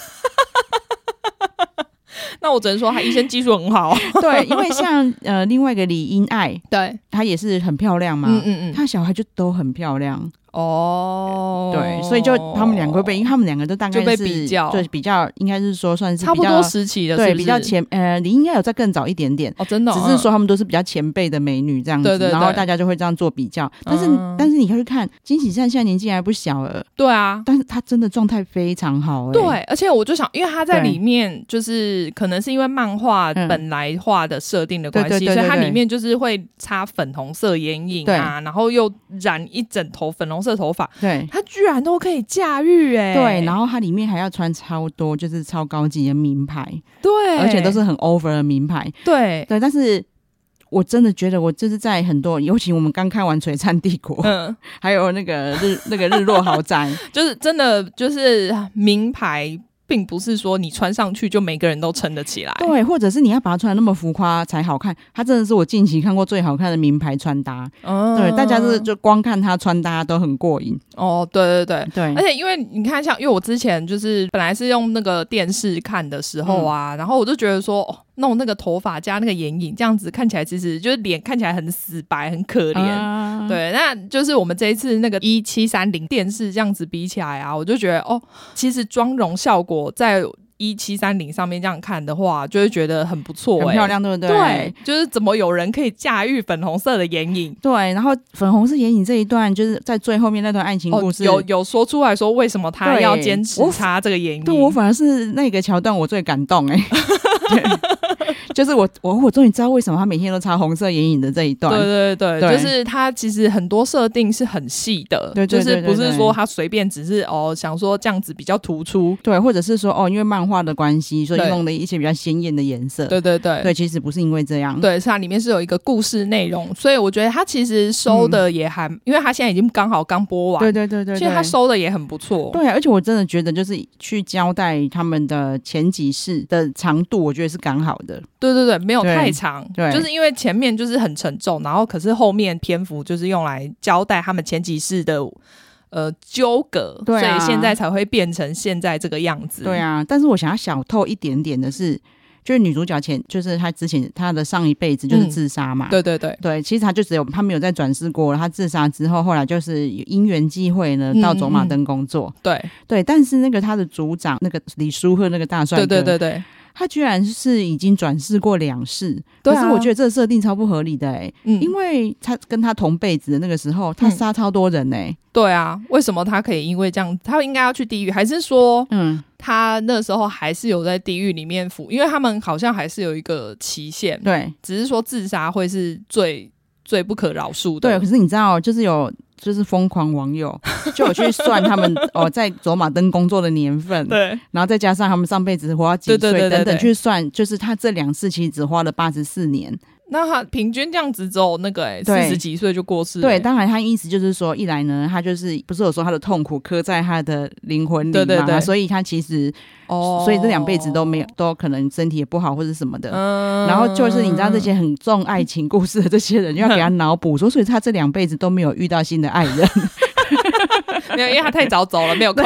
那我只能说他医生技术很好。 对，因为像呃另外一个李英爱， 对， 她也是很漂亮嘛，嗯嗯嗯，她小孩就都很漂亮。哦，对，所以就他们两个会被，因为他们两个都大概是就被比较，对，比较应该是说算是比较差不多时期的是不是， 对，比较前呃，你应该有再更早一点点哦，真的、哦， 只是说他们都是比较前辈的美女这样子，对对对，然后大家就会这样做比较。但是、嗯、但是你可以看金喜善现在年纪还不小了， 对啊， 但是她真的状态非常好、欸， 对，而且我就想，因为她在里面就是可能是因为漫画本来画的设定的关系、嗯，所以它里面就是会擦粉红色眼影啊，然后又染一整头粉红色头发， 对。 他居然都可以驾驭哎， 对，然后他里面还要穿超多，就是超高级的名牌， 对， 而且都是很 over 的名牌， 对对。但是我真的觉得，我就是在很多，尤其我们刚看完《璀璨帝国》，嗯，还有那个日那个日落豪宅， 就是真的就是名牌。并不是说你穿上去就每个人都撑得起来， 对，或者是你要把它穿得那么浮夸才好看。它真的是我近期看过最好看的名牌穿搭，嗯、对，大家是就光看它穿搭都很过瘾。 哦，对对对对， 而且因为你看，像因为我之前就是本来是用那个电视看的时候啊，嗯、然后我就觉得说，哦，弄那个头发加那个眼影，这样子看起来其实就是脸看起来很死白，很可怜。啊、对，那就是我们这一次那个一七三零电视这样子比起来啊，我就觉得哦，其实妆容效果。在一七三零上面这样看的话，就会觉得很不错、欸， 很漂亮，对不对？ 对，就是怎么有人可以驾驭粉红色的眼影？ 对，然后粉红色眼影这一段，就是在最后面那段爱情故事， 哦、有有说出来说为什么他要坚持擦这个眼影？ 对，我反而是那个桥段我最感动哎、欸。就是我我我终于知道为什么他每天都擦红色眼影的这一段。 对对 对, 对，就是他其实很多设定是很细的，对对对对对，就是不是说他随便只是哦想说这样子比较突出， 对，或者是说哦因为漫画的关系，所以用了一些比较鲜艳的颜色。对对对对，其实不是因为这样， 对，是它里面是有一个故事内容，所以我觉得他其实收的也还，嗯、因为他现在已经刚好刚播完， 对对对 对, 对， 所以他收的也很不错。 对，而且我真的觉得就是去交代他们的前几世的长度，我觉得是刚好的。 对对对，没有太长，对，就是因为前面就是很沉重，然后可是后面篇幅就是用来交代他们前几世的呃纠葛，对啊，所以现在才会变成现在这个样子。 对啊，但是我想要小透一点点的是，就是女主角前就是她之前她的上一辈子就是自杀嘛， 嗯、对对对对，其实她就只有她没有再转世过了。她自杀之后，后来就是因缘际会呢，到走马灯工作， 嗯嗯对对， 但是那个她的组长那个李书赫那个大帅哥， 对对对对。 他居然是已经转世过两世，可是我觉得这个设定超不合理的哎、欸嗯，因为他跟他同辈子的那个时候，他杀超多人哎、欸嗯， 对啊，为什么他可以因为这样，他应该要去地狱，还是说，嗯，他那时候还是有在地狱里面服，因为他们好像还是有一个期限， 对， 只是说自杀会是最最不可饶恕的， 对，可是你知道，就是有。就是疯狂网友就有去算他们哦在走马灯工作的年份，对，然后再加上他们上辈子活到几岁等等去算，就是他这两次其实只花了八十四年。 那他平均这样子只有那个哎四十几岁就过世了。 对，当然他意思就是说，一来呢，他就是不是有说他的痛苦刻在他的灵魂里嘛，对对对，所以他其实哦，所以这两辈子都没有，都可能身体也不好或者什么的。嗯，然后就是你知道这些很重爱情故事的这些人，就要给他脑补说，所以他这两辈子都没有遇到新的爱人。 没有，因为他太早走了，没有空。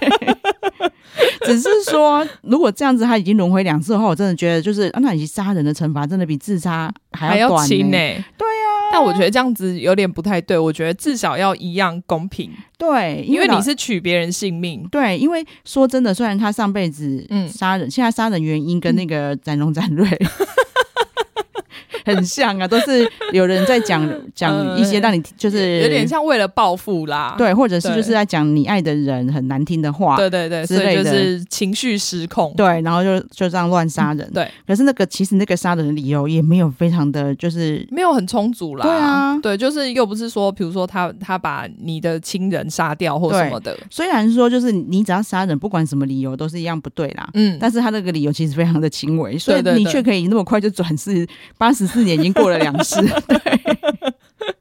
只是说，如果这样子他已经轮回两次的话，我真的觉得就是，啊、那你杀人的惩罚真的比自杀还要短、欸、 轻哎、欸。对啊，但我觉得这样子有点不太对。我觉得至少要一样公平。 对， 因为你是取别人性命。 对，因为说真的，虽然他上辈子杀人，嗯、现在杀人原因跟那个展荣展瑞。很像啊，都是有人在讲讲一些让你就是、 嗯、有点像为了报复啦， 对，或者是就是在讲你爱的人很难听的话， 对对对，所以就是情绪失控， 对，然后就就这样乱杀人、嗯，对。可是那个其实那个杀人的理由也没有非常的就是没有很充足啦， 对啊， 对，就是又不是说比如说他他把你的亲人杀掉或什么的， 虽然说就是你只要杀人不管什么理由都是一样不对啦，嗯，但是他那个理由其实非常的轻微，所以你却可以那么快就转世八十四年已经过了两世，对。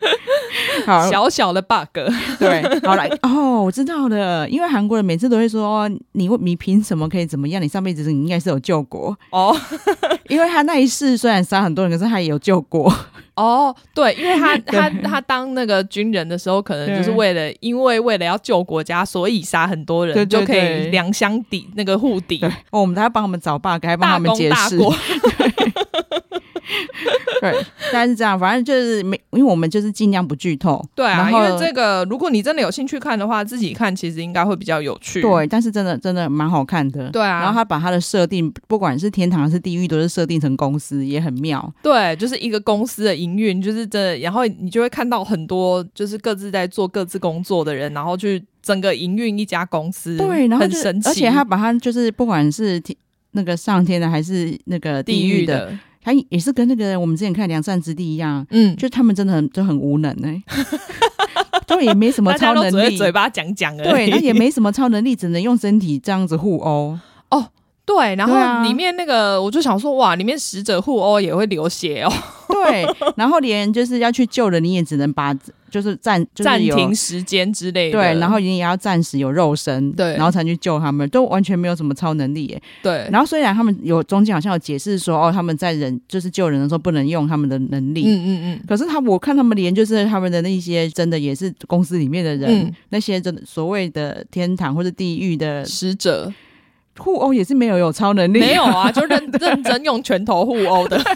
好， 小小的 bug。 对，好来哦，我知道了，因为韩国人每次都会说你你凭什么可以怎么样？你上辈子你应该是有救国哦，因为他那一世虽然杀很多人，可是他也有救国。 哦，对，因为他他他当那个军人的时候，可能就是为了因为为了要救国家，所以杀很多人，对对对，就可以两相抵那个互抵。 哦，我们还要帮他们找 bug， 还帮他们解释。大功大过。对，大概是这样，反正就是没，因为我们就是尽量不剧透。 对啊，因为这个如果你真的有兴趣看的话，自己看其实应该会比较有趣。 对，但是真的真的蛮好看的。 对啊， 然后他把他的设定，不管是天堂还是地狱，都是设定成公司，也很妙。 对，就是一个公司的营运，就是真的，然后你就会看到很多就是各自在做各自工作的人，然后去整个营运一家公司。 对，然后很神奇。 而且他把他就是不管是那个上天的还是那个地狱的。他也是跟那个我们之前看《良善之地》一样，嗯，就他们真的很就很无能哎、欸，就也没什么超能力， 大家都只会嘴巴讲讲而已， 对，他也没什么超能力，只能用身体这样子互殴哦。对，然后里面那个、啊、我就想说，哇，里面使者互殴也会流血哦。 对，然后连就是要去救人，你也只能把就是暂暂、就是、停时间之类的， 对，然后你也要暂时有肉身，对，然后才去救他们，都完全没有什么超能力耶。 对， 然后虽然他们有中间好像有解释说，哦，他们在人就是救人的时候不能用他们的能力，嗯嗯嗯，可是他我看他们连就是他们的那些真的也是公司里面的人，嗯、那些真的所谓的天堂或者地狱的使者。 互殴也是没有有超能力， 没有啊，就认认真用拳头互殴的。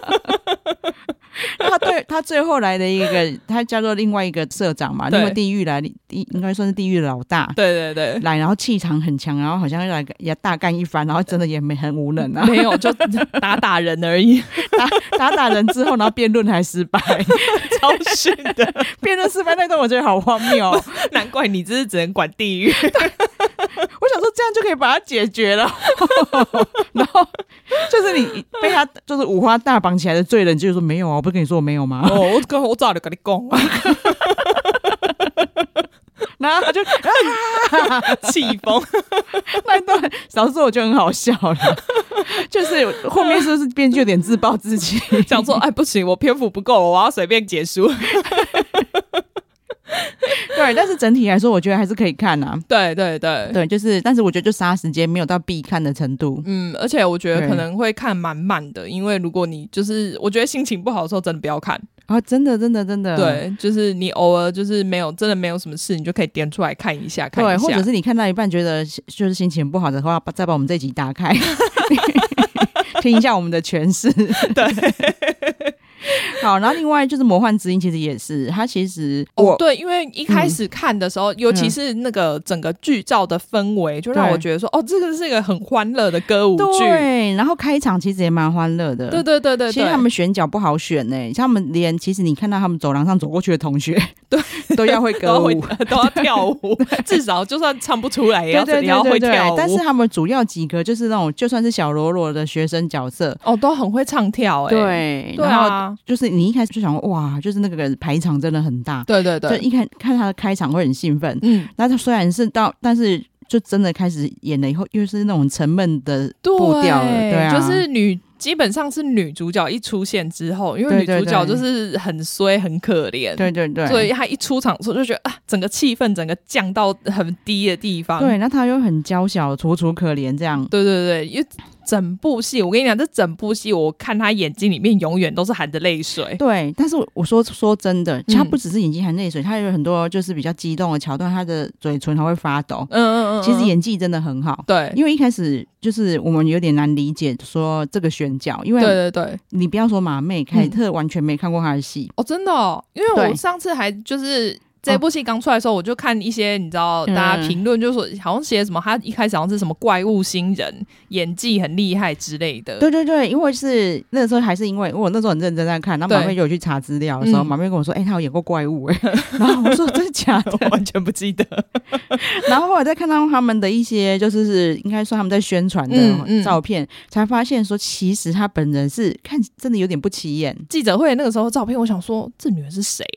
他对他最后来的一个，他叫做另外一个社长嘛，另外地狱来，应该算是地狱的老大。 对对对， 来，然后气场很强，然后好像要来要大干一番，然后真的也没很无能啊， 没有就打打人而已， 打打打人之后，然后辩论还失败， 超逊的， 辩论失败那段我觉得好荒谬、哦， 难怪你这是只能管地狱。 我想说这样就可以把它解决了，然后就是你被他就是五花大绑起来的罪人，就是说没有啊，我不是跟你说我没有吗？ 哦，我跟我早就跟你讲啊， 然后他就气疯， 那一段少数我就很好笑了，就是后面是不是编剧有点自暴自弃， 想说哎不行，我篇幅不够，我要随便结束。 对，但是整体来说，我觉得还是可以看啊。 对对对对，就是，但是我觉得就杀时间没有到必看的程度。 嗯，而且我觉得可能会看蛮慢的，因为如果你就是，我觉得心情不好的时候，真的不要看啊！真的，真的，真的。 对，就是你偶尔就是没有真的没有什么事，你就可以点出来看一下，看一下。 对，或者是你看到一半觉得就是心情不好的话，再把我们这集打开，听一下我们的诠释。 对。 好，然后另外就是魔幻之音，其实也是它其实哦对，因为一开始看的时候，嗯、尤其是那个整个剧照的氛围，就让我觉得说，哦，这个是一个很欢乐的歌舞剧。 对，然后开场其实也蛮欢乐的。 对对对 对, 对， 其实他们选角不好选呢、欸，像他们连其实你看到他们走廊上走过去的同学，对，都要会歌舞， 都要跳舞，至少就算唱不出来，也要也要会跳舞。 但是他们主要几个就是那种就算是小喽啰的学生角色， 哦，都很会唱跳、欸， 对， 对啊， 就是你一开始就想哇，就是那个排场真的很大， 对对对， 就一看看他的开场会很兴奋，嗯，那他虽然是到，但是就真的开始演了以后，又是那种沉闷的步调了，对啊， 就是女。基本上是女主角一出现之后，因为女主角就是很衰很可怜， 对对对， 所以她一出场的时候就觉得啊，整个气氛整个降到很低的地方。 对，那她又很娇小、楚楚可怜这样。 对对对，因为整部戏，我跟你讲，这整部戏我看她眼睛里面永远都是含着泪水。 对，但是我说说真的，她不只是眼睛含泪水，她有很多就是比较激动的桥段，她的嘴唇还会发抖。嗯嗯嗯，其实演技真的很好。 对， 因为一开始就是我们有点难理解说这个选角，因为对对对， 你不要说马妹，凯特完全没看过她的戏、 嗯、哦，真的哦，因为我上次还就是这部戏刚出来的时候，我就看一些你知道大家评论，就说好像写什么他一开始好像是什么怪物新人，演技很厉害之类的。 对对对，因为是那个时候还是因为我那时候很认真在看，然后马妹就有去查资料的时候，马妹跟我说：“哎、欸，他有演过怪物哎、欸。”然后我说：“真的假的？” 我完全不记得。 然后后来再看到他们的一些就是是应该说他们在宣传的照片、嗯嗯，才发现说其实他本人是看真的有点不起眼。 记者会那个时候照片，我想说这女人是谁啊？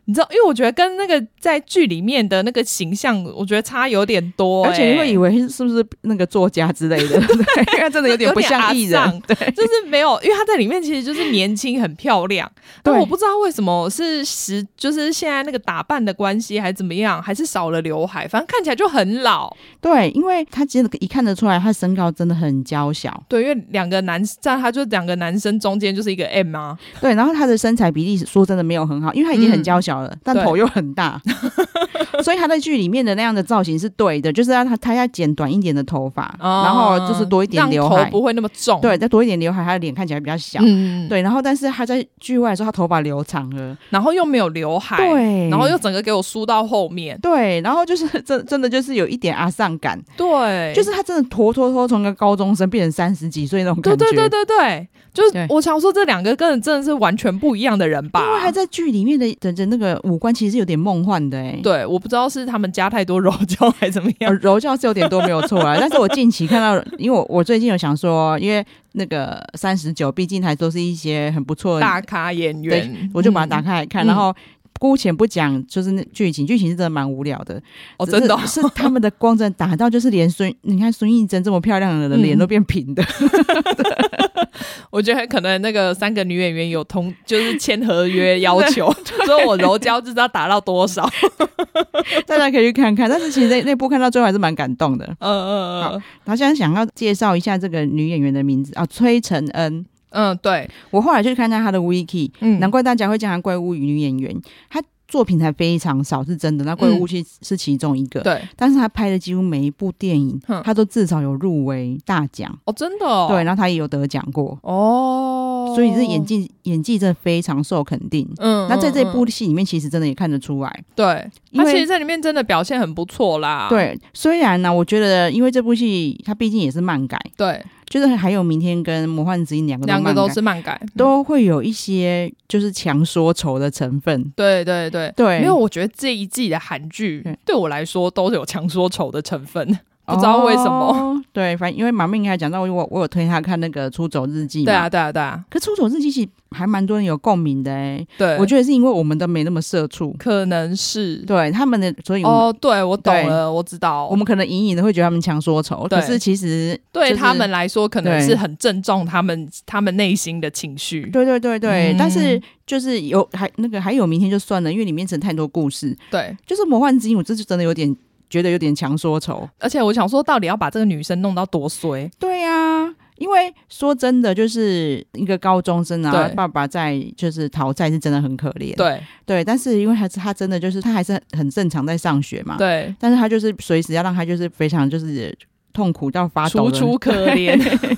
你知道，因为我觉得跟那个在剧里面的那个形象，我觉得差有点多、欸， 而且你会以为是不是那个作家之类的，对，因为真的有点不像艺人，对， 就是没有，因为他在里面其实就是年轻很漂亮，但我不知道为什么是时，就是现在那个打扮的关系，还是怎么样，还是少了刘海，反正看起来就很老。 对，因为他真的一看得出来，他身高真的很娇小。 对，因为两个男在他就两个男生中间就是一个 M 啊。 对，然后他的身材比例说真的没有很好，因为他已经很娇小了，嗯、但头又很大，所以他在剧里面的那样的造型是对的，就是他他要剪短一点的头发、哦，然后就是多一点刘海， 让头不会那么重。 对，再多一点刘海，他的脸看起来比较小。嗯，对，然后但是他在剧外的时候，他头发留长了， 然后又没有刘海， 对， 然后又整个给我梳到后面， 对，然后就是真真的就是有一点阿桑感， 对， 就是他真的拖拖拖从一个高中生变成三十几岁那种感觉。 对对对对对，就是我想说这两个根本真的是完全不一样的人吧？ 因为他在剧里面的的那个五官其实有点梦幻的哎、欸。 对，我不知道是他们加太多柔焦还是怎么样， 呃、柔焦是有点多没有错啊。但是我近期看到，因为我我最近有想说，因为那个三十九，毕竟还都是一些很不错的大咖演员， 我就把它打开来看，嗯、然后。姑且不讲，就是那剧情，剧情是真的蛮无聊的哦，真的、哦、 是, 是他们的光真的打到，就是连孙，你看孙艺珍这么漂亮的人，脸、嗯、都变平的。 我觉得可能那个三个女演员有同，就是签合约要求，说我柔焦就是要打到多少， 大家可以去看看。但是其实那那部看到最后还是蛮感动的。嗯嗯嗯。好，他现在想要介绍一下这个女演员的名字啊，崔承恩。 嗯，对， 我后来去看看他的 wiki，嗯，难怪大家会讲他怪物与女演员，他作品才非常少，是真的。那怪物是、嗯、是其中一个， 对， 但是他拍的几乎每一部电影，他都至少有入围大奖哦，真的、哦， 对，然后他也有得奖过哦， 所以这演技演技真的非常受肯定。嗯，那在这部戏里面，其实真的也看得出来， 对，他其实在里面真的表现很不错啦。 对，虽然呢，我觉得因为这部戏它毕竟也是漫改， 对。 就是还有明天跟魔幻之音两个两个都是漫改、 嗯，都会有一些就是强说愁的成分。 对对对对， 因为我觉得这一季的韩剧对我来说都是有强说愁的成分。不知道为什么、哦、 对，反正因为马妹还讲到我我有推他看那个出走日记嘛， 对啊对啊对啊， 可出走日记其实还蛮多人有共鸣的哎、欸， 对， 我觉得是因为我们都没那么社畜， 可能是对他们的，所以哦，对我懂了，我知道， 我们可能隐隐的会觉得他们强说愁，可是其实、就是、 对他们来说可能是很正中他们他们内心的情绪， 对对对对、嗯，但是就是有还那个还有明天就算了，因为里面真的太多故事， 对， 就是魔幻之音，我这就真的有点。觉得有点强说愁， 而且我想说，到底要把这个女生弄到多衰？ 对呀、啊，因为说真的，就是一个高中生啊，爸爸在就是讨债是真的很可怜， 对对，但是因为他他真的就是他还是很正常在上学嘛， 对， 但是他就是随时要让他就是非常就是痛苦到发抖， 楚楚可怜。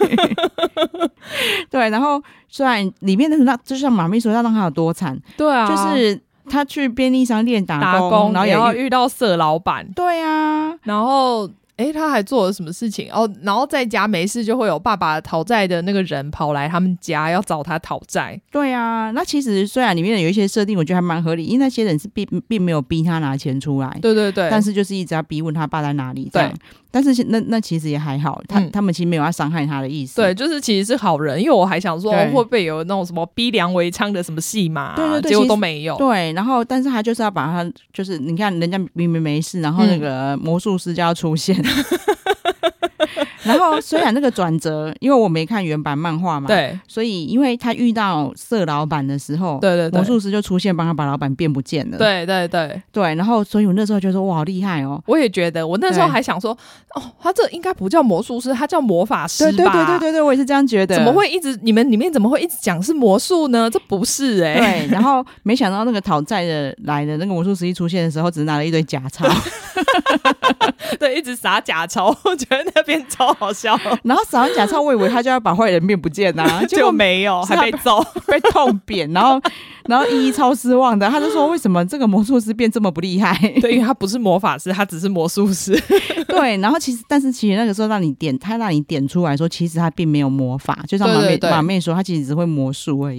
对，然后虽然里面的那就像马咪说，要让他有多惨， 对啊， 就是。他去便利商店打工， 打工然后也要遇到色老板， 对啊， 然后诶他还做了什么事情哦？然后在家没事就会有爸爸讨债的那个人跑来他们家要找他讨债。 对啊，那其实虽然里面有一些设定我觉得还蛮合理，因为那些人是并并没有逼他拿钱出来， 对对对， 但是就是一直要逼问他爸在哪里这样。对，但是那那其实也还好，他、嗯、他们其实没有要伤害他的意思。 对，就是其实是好人，因为我还想说会不会有那种什么逼良为娼的什么戏嘛， 对对对， 结果都没有。 对，然后但是他就是要把他，就是你看人家明明没事，然后那个魔术师就要出现。然后虽然那个转折，因为我没看原版漫画嘛， 对， 所以因为他遇到色老板的时候， 对对对， 魔术师就出现帮他把老板变不见了， 对对对对，然后所以我那时候就说哇好厉害哦， 我也觉得，我那时候还想说，哦，他这应该不叫魔术师，他叫魔法师吧？ 对对对对对对，我也是这样觉得。 怎么会一直你们里面怎么会一直讲是魔术呢？这不是哎、 欸，对，然后没想到那个讨债的来的那个魔术师一出现的时候，只是拿了一堆假钞。 对，一直撒假钞，我觉得那边超好笑。 然后撒完假钞，我以为他就要把坏人变不见啊， 结果没有，还被揍， 被痛扁。然后，然后依依超失望的，他就说：“为什么这个魔术师变这么不厉害？” 对，因为他不是魔法师，他只是魔术师。 对，然后其实，但是其实那个时候让你点，他让你点出来说，其实他并没有魔法，就像马妹马妹说，他其实只会魔术而已。 对。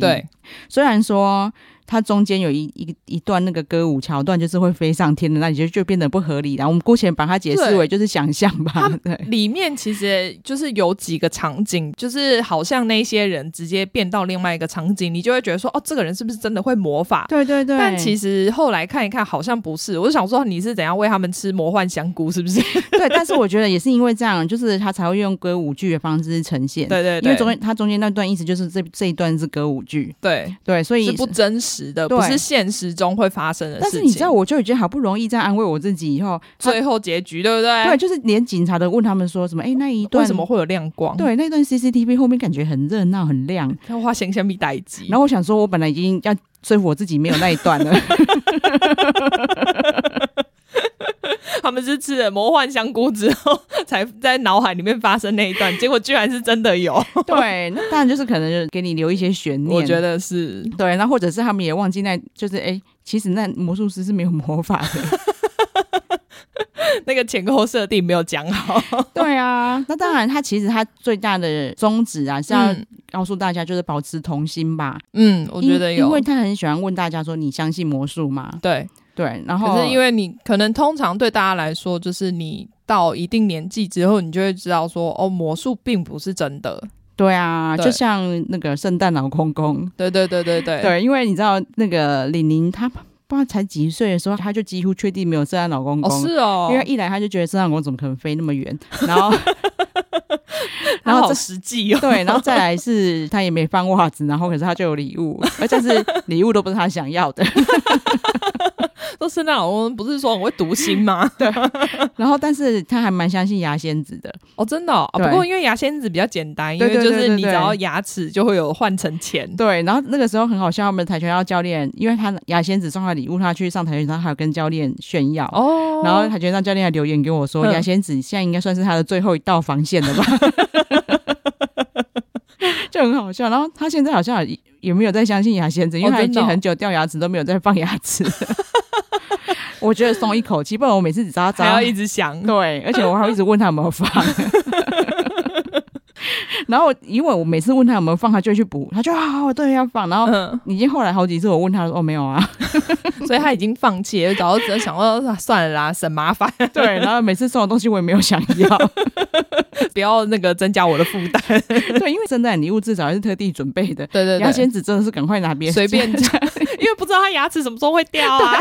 虽然说它中间有一一一段那个歌舞桥段就是会飞上天的，那你就就变得不合理了。我们姑且把它解释为就是想象吧。对， 里面其实就是有几个场景，就是好像那些人直接变到另外一个场景，你就会觉得说哦，这个人是不是真的会魔法？ 对对对。 但其实后来看一看，好像不是。我就想说你是怎样喂他们吃魔幻香菇，是不是？ 对，但是我觉得也是因为这样，就是他才会用歌舞剧的方式呈现。 对对对， 因为中间他中间那段意思就是这这一段是歌舞剧。 对对， 所以是不真实的，不是现实中会发生的事情。 但是你知道，我就已经好不容易这样安慰我自己以后， 最后结局对不对？ 对，就是连警察都问他们说什么，哎，那一段为什么会有亮光？ 对，那段 C C T V 后面感觉很热闹很亮， 他花咸咸米代机。 然后我想说，我本来已经要说服我自己没有那一段了。 他们是吃了魔幻香菇之后才在脑海里面发生那一段，结果居然是真的有。对， 那当然就是可能就给你留一些悬念， 我觉得是对，那或者是他们也忘记那就是哎，其实那魔术师是没有魔法的。 那个前后设定没有讲好。 对啊，那当然他其实他最大的宗旨啊是要告诉大家就是保持童心吧。 嗯，我觉得有， 因为他很喜欢问大家说你相信魔术吗？ 对对，然后可是因为你可能通常对大家来说，就是你到一定年纪之后，你就会知道说哦，魔术并不是真的。 对啊，就像那个圣诞老公公。 对对对对对对，因为你知道那个李宁他不知道才几岁的时候，他就几乎确定没有圣诞老公公。 哦，是哦， 因为一来他就觉得圣诞老公公怎么可能飞那么远，然后然后好实际哦。 对，然后再来是他也没放袜子，然后可是他就有礼物，而且是礼物都不是他想要的。 都圣诞老公公不是说很会读心吗？ 对，然后但是他还蛮相信牙仙子的。 哦，真的哦。啊、不过因为牙仙子比较简单，因为就是你只要牙齿就会有换成钱。 对，然后那个时候很好笑，他们跆拳道教练，因为他牙仙子送他礼物，他去上跆拳道还有跟教练炫耀。哦，然后跆拳道教练还留言给我说，牙仙子现在应该算是他的最后一道防线了吧。就很好笑，然后他现在好像也没有在相信牙仙子，因为他已经很久掉牙齿都没有再放牙齿。我觉得松一口气，不然我每次只知道还要一直想。 对，而且我还会一直问他有没有放。然后因为我每次问他有没有放，他就会去补，他就好、啊、对要放。然后已经后来好几次我问他说哦没有啊， 所以他已经放弃了，早就想说算了啦，省麻烦。 对，然后每次送的东西我也没有想要。 不要那个增加我的负担。 对，因为圣诞礼物至少是特地准备的。 对对对， 牙仙子真的是赶快拿别人随便讲，因为不知道他牙齿什么时候会掉啊。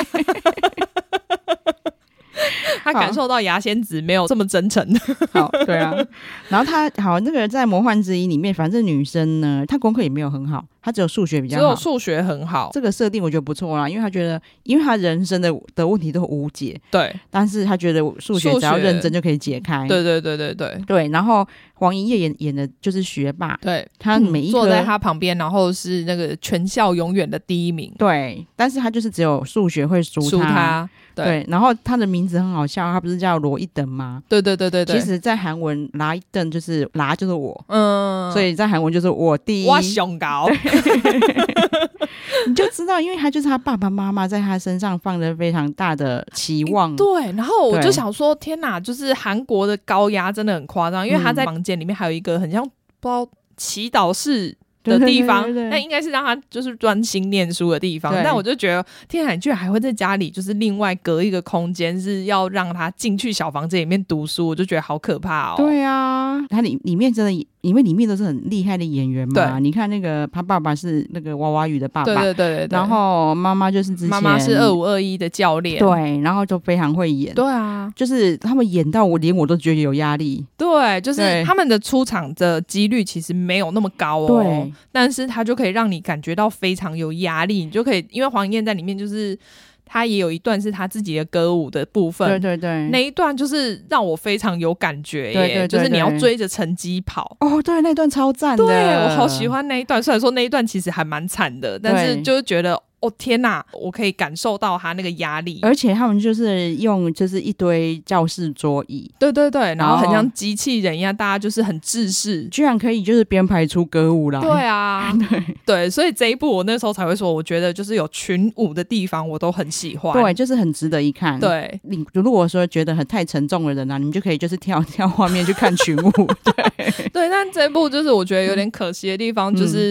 他感受到牙仙子没有这么真诚。 好，对啊。然后他好那个在魔幻之一里面，反正女生呢，她功课也没有很好，她只有数学比较好， 只有数学很好。 这个设定我觉得不错啦，因为她觉得，因为她人生的的问题都无解， 对， 但是她觉得数学只要认真就可以解开。 对对对对对对。然后黄怡烨演演的就是学霸， 对， 他每一科、 嗯、坐在他旁边，然后是那个全校永远的第一名。 对，但是他就是只有数学会输他。 输他。 对, 对，然后他的名字很好笑，他不是叫罗一等吗？ 对对对对对。 其实，在韩文，拉一等就是拉就是我，嗯，所以在韩文就是我第一， 我胸高。 你就知道，因为他就是他爸爸妈妈在他身上放了非常大的期望。 对，然后我就想说，天哪，就是韩国的高压真的很夸张，因为他在房间里面还有一个很像不知道祈祷室的地方，那应该是让他就是专心念书的地方。但我就觉得，天哪，你居然还会在家里就是另外隔一个空间，是要让他进去小房间里面读书，我就觉得好可怕哦。 对啊，他里里面真的。因为里面都是很厉害的演员嘛，你看那个他爸爸是那个娃娃鱼的爸爸， 对对 对, 对, 对， 然后妈妈就是之前妈妈是二五二一的教练， 对，然后就非常会演， 对啊， 就是他们演到我连我都觉得有压力， 对，就是他们的出场的几率其实没有那么高哦，对，但是他就可以让你感觉到非常有压力，你就可以，因为黄燕在里面就是。他也有一段是他自己的歌舞的部分， 对对对， 那一段就是让我非常有感觉耶， 对对对对， 就是你要追着成绩跑。 哦，对，那段超赞的， 对，我好喜欢那一段。虽然说那一段其实还蛮惨的，但是就是觉得。哦天哪，我可以感受到他那个压力， 而且他们就是用就是一堆教室桌椅， 对对对，然后很像机器人一样，大家就是很制式， 居然可以就是编排出歌舞来。 对啊，对对，所以这一部我那时候才会说，我觉得就是有群舞的地方我都很喜欢， 对，就是很值得一看。 对， 你如果说觉得很太沉重的人啊，你们就可以就是跳跳画面去看群舞。对对，但这一部就是我觉得有点可惜的地方，就是、嗯、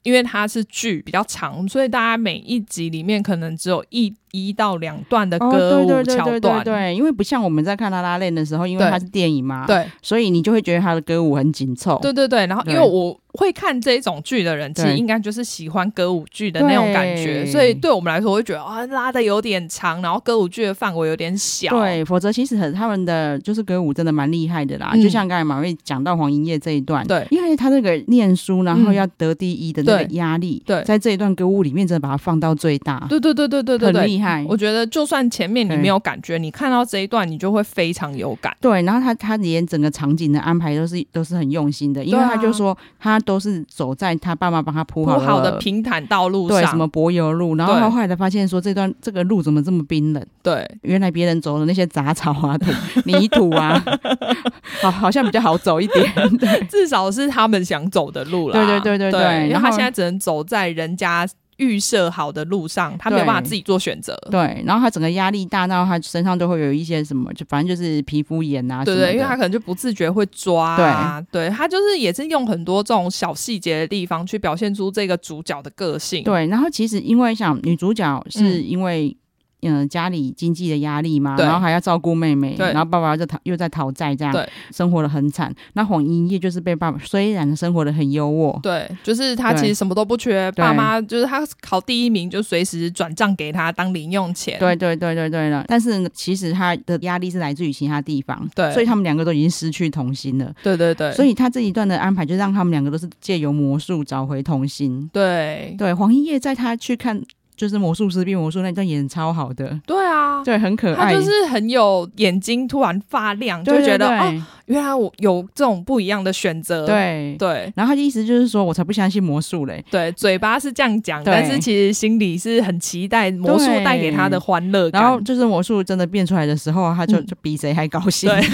因为它是剧比较长，所以大家每一集里面可能只有一一到两段的歌舞桥段、哦、对对对对对对，因为不像我们在看拉拉链的时候，因为它是电影嘛， 对， 所以你就会觉得它的歌舞很紧凑， 对对对，然后因为我会看这种剧的人其实应该就是喜欢歌舞剧的那种感觉，所以对我们来说我会觉得啊、哦、拉的有点长，然后歌舞剧的范围有点小， 对，否则其实很他们的就是歌舞真的蛮厉害的啦、嗯、就像刚才马瑞讲到黄英业这一段， 对， 因为他那个念书然后要得第一的那个压力、 嗯、对， 在这一段歌舞里面真的把它放到最大， 对对对对对对， 很厉害。 我觉得就算前面你没有感觉，你看到这一段你就会非常有感， 对，然后他他连整个场景的安排都是都是很用心的，因为他就说他都是走在他爸妈帮他铺好的, 好的平坦道路上， 对，什么柏油路，然后他后来才发现说这段这个路怎么这么冰冷， 对， 原来别人走的那些杂草啊土泥土啊好, 好像比较好走一点对， 至少是他们想走的路啦， 对对对对 对, 对， 因为他现在只能走在人家预设好的路上，他没有办法自己做选择， 对，然后他整个压力大到他身上都会有一些什么，就反正就是皮肤炎啊什么的， 对对，因为他可能就不自觉会抓啊，对，对，他就是也是用很多这种小细节的地方去表现出这个主角的个性， 对，然后其实因为像女主角是因为、嗯嗯，家里经济的压力嘛，然后还要照顾妹妹，然后爸爸又在又在讨债，这样生活的很惨。那黄英业就是被爸爸，虽然生活的很优渥， 对，就是他其实什么都不缺，爸妈就是他考第一名就随时转账给他当零用钱， 对对对对对了。但是其实他的压力是来自于其他地方， 对， 所以他们两个都已经失去童心了， 对对对。 所以他这一段的安排就让他们两个都是借由魔术找回童心， 对对。 黄英业在他去看。就是魔术师变魔术那段演超好的， 对啊， 对，很可爱， 他就是很有眼睛突然发亮，就觉得哦，原来我有这种不一样的选择， 对对。 然后他的意思就是说，我才不相信魔术嘞， 对，嘴巴是这样讲，但是其实心里是很期待魔术带给他的欢乐感。 然后就是魔术真的变出来的时候，他就、嗯、就比谁还高兴，对。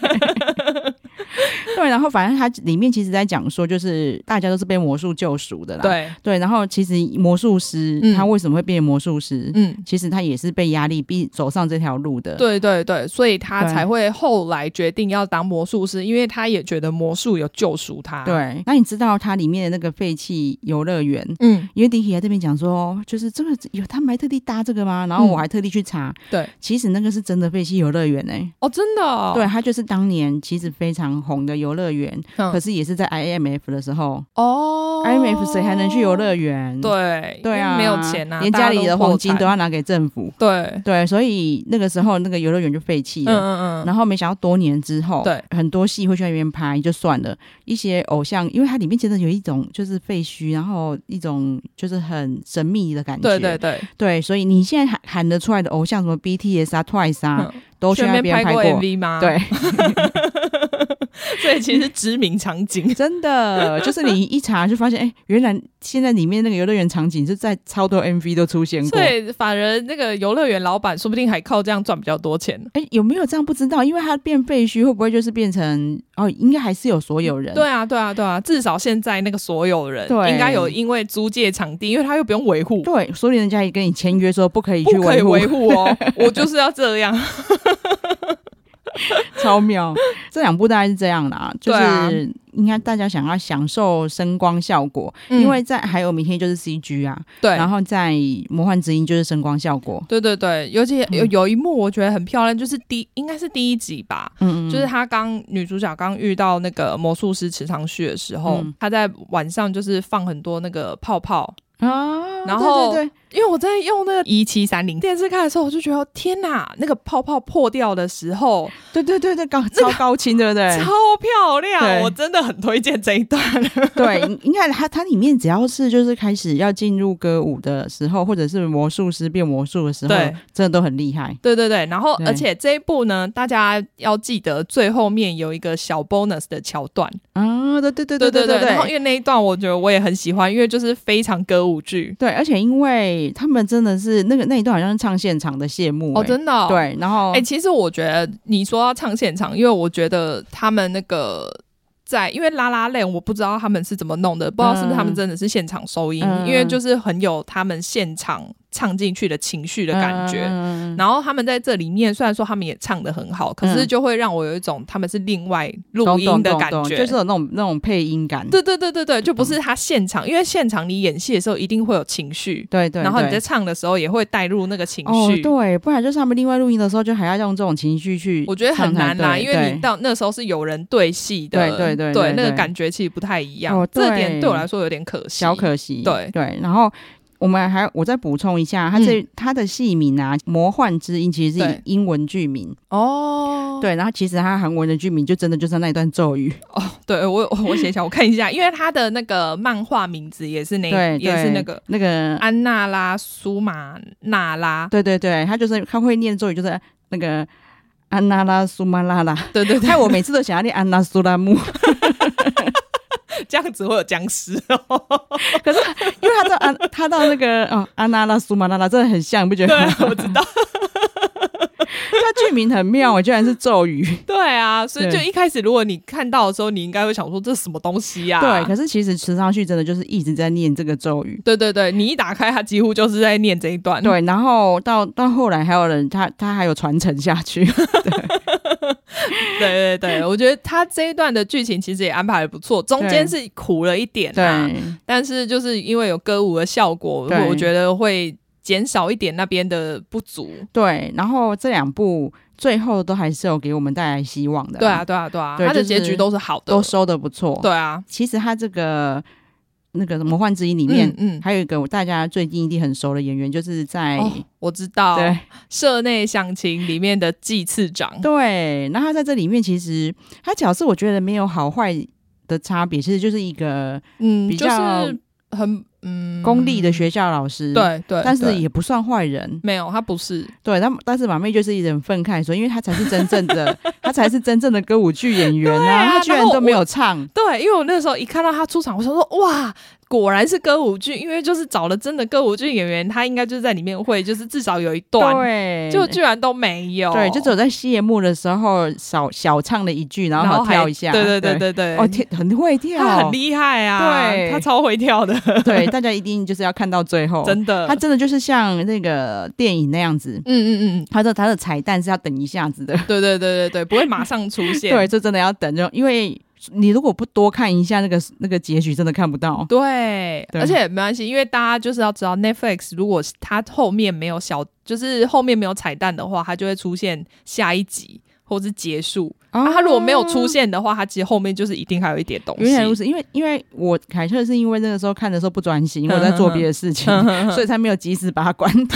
对，然后反正它里面其实在讲说，就是大家都是被魔术救赎的啦。 对对，然后其实魔术师、嗯、他为什么会变魔术师？嗯，其实他也是被压力逼走上这条路的。 对对对，所以他才会后来决定要当魔术师，因为他也觉得魔术有救赎他。 对，那你知道它里面的那个废弃游乐园？嗯，因为迪奇在这边讲说，就是这个有他们还特地搭这个吗？然后我还特地去查，嗯、 对， 其实那个是真的废弃游乐园哎、欸。 哦，真的、哦？ 对，它就是当年其实非常红的游乐园。可是也是在 I M F 的时候哦 I M F 谁还能去游乐园？ 对对啊， 没有钱啊， 连家里的黄金都要拿给政府。 对对，所以那个时候那个游乐园就废弃了。嗯嗯嗯。然后没想到多年之后，对，很多戏会去那边拍，就算了。一些偶像，因为它里面真的有一种就是废墟，然后一种就是很神秘的感觉。 对对对对，所以你现在喊喊得出来的偶像，什么 B T S 啊、Twice 啊，嗯、都去那边拍过 M V 吗？ 对。 所以其实是知名场景， 真的就是你一查就发现，哎、欸，原来现在里面那个游乐园场景是在超多 M V 都出现过。 对，反而那个游乐园老板说不定还靠这样赚比较多钱。 哎、欸，有没有这样不知道？因为它变废墟，会不会就是变成哦？应该还是有所有人。 对啊，对啊，对啊，至少现在那个所有人应该有因为租借场地，因为他又不用维护。 对，所以人家也跟你签约说不可以去维护， 不可以维护哦，我就是要这样。 超妙，这两部大概是这样啦，就是应该大家想要享受声光效果，嗯、因为在还有明天就是 C G 啊，对，然后在魔幻之音就是声光效果， 对对对，尤其有有一幕我觉得很漂亮，就是第应该是第一集吧，嗯嗯，就是她刚女主角刚遇到那个魔术师池昌旭的时候，嗯、她在晚上就是放很多那个泡泡。啊，然后对对对，因为我在用那个一七三零电视看的时候，我就觉得天哪，那个泡泡破掉的时候， 对对对对，高超高清，对不对？ 超漂亮，我真的很推荐这一段。 对，应该它它里面只要是就是开始要进入歌舞的时候，或者是魔术师变魔术的时候，对，真的都很厉害。 对对对，然后而且这一部呢，大家要记得最后面有一个小 bonus 的桥段啊，对对对对对对对。 然后因为那一段我觉得我也很喜欢，因为就是非常歌舞剧， 对，而且因为他们真的是那个那一段好像是唱现场的谢幕、欸、 哦，真的、哦、 对，然后哎、欸，其实我觉得你说要唱现场，因为我觉得他们那个在，因为拉拉链我不知道他们是怎么弄的，不知道是不是他们真的是现场收音、嗯、因为就是很有他们现场唱进去的情绪的感觉、嗯、然后他们在这里面虽然说他们也唱得很好，可是就会让我有一种他们是另外录音的感觉， 就是有那种那种配音感， 对对对对对，就不是他现场，因为现场你演戏的时候一定会有情绪， 对 对, 对， 然后你在唱的时候也会带入那个情绪、 哦、对，不然就是他们另外录音的时候就还要用这种情绪去， 我觉得很难啦，因为你到那时候是有人对戏的， 对对 对, 对, 对， 那个感觉其实不太一样、 哦、 这点对我来说有点可惜， 小可惜， 对对，然后我们还我再补充一下，他这、嗯、他的戏名啊，《魔幻之音》其实是英文剧名哦，对，然后其实他韩文的剧名就真的就是那一段咒语哦，对我我写一下我看一下，因为他的那个漫画名字也是那对也是那个那个安娜拉苏玛娜拉， 对对对，他就是他会念咒语，就是那个安娜拉苏玛拉拉， 对对对， 害我每次都想要念安娜苏拉木。 这样子会有僵尸哦， 可是因为他到安他到那个哦安娜拉苏玛拉拉真的很像，你不觉得吗？ 对，我知道。 他剧名很妙，居然是咒语。 对啊，所以就一开始如果你看到的时候，你应该会想说这是什么东西啊？ 对，可是其实池昌旭真的就是一直在念这个咒语。 对对对，你一打开，他几乎就是在念这一段。 对，然后到到后来还有人，他他还有传承下去。 对对对，我觉得他这一段的剧情其实也安排的不错，中间是苦了一点啊，但是就是因为有歌舞的效果，我觉得会减少一点那边的不足。 对，然后这两部最后都还是有给我们带来希望的、啊。 对啊对啊对啊，他的结局都是好的， 都收得不错。 对啊， 其实他这个那个魔幻之音里面，嗯嗯，还有一个大家最近一定很熟的演员，就是在、哦、 我知道，对，社内相亲里面的季次长。 对，那他在这里面其实他角色我觉得没有好坏的差别，其实就是一个嗯比较、 就是、很嗯公立的学校老师， 对对， 但是也不算坏人， 没有，他不是， 对，但但是马妹就是一人愤慨说，因为他才是真正的，他才是真正的歌舞剧演员啊，啊他居然都没有唱， 对，因为我那时候一看到他出场，我想说哇。果然是歌舞剧，因为就是找了真的歌舞剧演员，他应该就是在里面会就是至少有一段， 对， 就居然都没有， 对，就只有在谢幕的时候小小唱了一句，然后跳一下， 对对对对对， 哦，很会跳， 他很厉害啊，对，他超会跳的， 对，大家一定就是要看到最后， 真的， 他真的就是像那个电影那样子，嗯嗯嗯，他的他的彩蛋是要等一下子的， 对对对对对，不会马上出现， 对，这真的要等，就因为。你如果不多看一下那个那个结局，真的看不到。 对，对而且没关系，因为大家就是要知道 Netflix 如果它后面没有小，就是后面没有彩蛋的话，它就会出现下一集或是结束。哦、啊，它如果没有出现的话，它其实后面就是一定还有一点东西。 原来如此，因为因为我凯特是因为那个时候看的时候不专心，我在做别的事情，所以才没有及时把它关掉。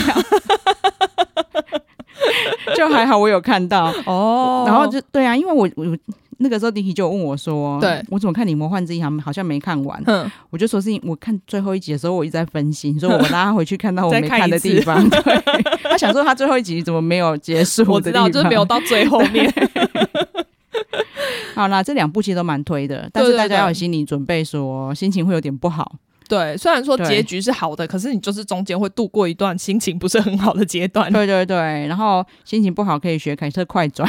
就还好我有看到哦，然后就对啊，因为我我。那个时候 Dicky 就问我说，对，我怎么看你魔幻之音好像没看完，我就说是我看最后一集的时候我一直在分心，所以我拉他回去看到我没看的地方。对，他想说他最后一集怎么没有结束的地方， 我知道就是没有到最后面。 好啦，这两部其实都蛮推的，但是大家要有心理准备说心情会有点不好。 对，虽然说结局是好的，可是你就是中间会度过一段心情不是很好的阶段。 对对对，然后心情不好可以学凯特快转。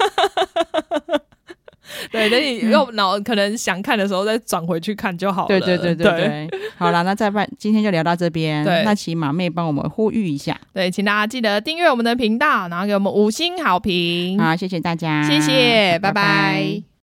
对，等你用脑可能想看的时候再转回去看就好了。 对对对对 对, 对好啦，那再办今天就聊到这边。那请马妹帮我们呼吁一下。 对，请大家记得订阅我们的频道，然后给我们五星好评。 好，谢谢大家， 谢谢，拜拜。拜拜。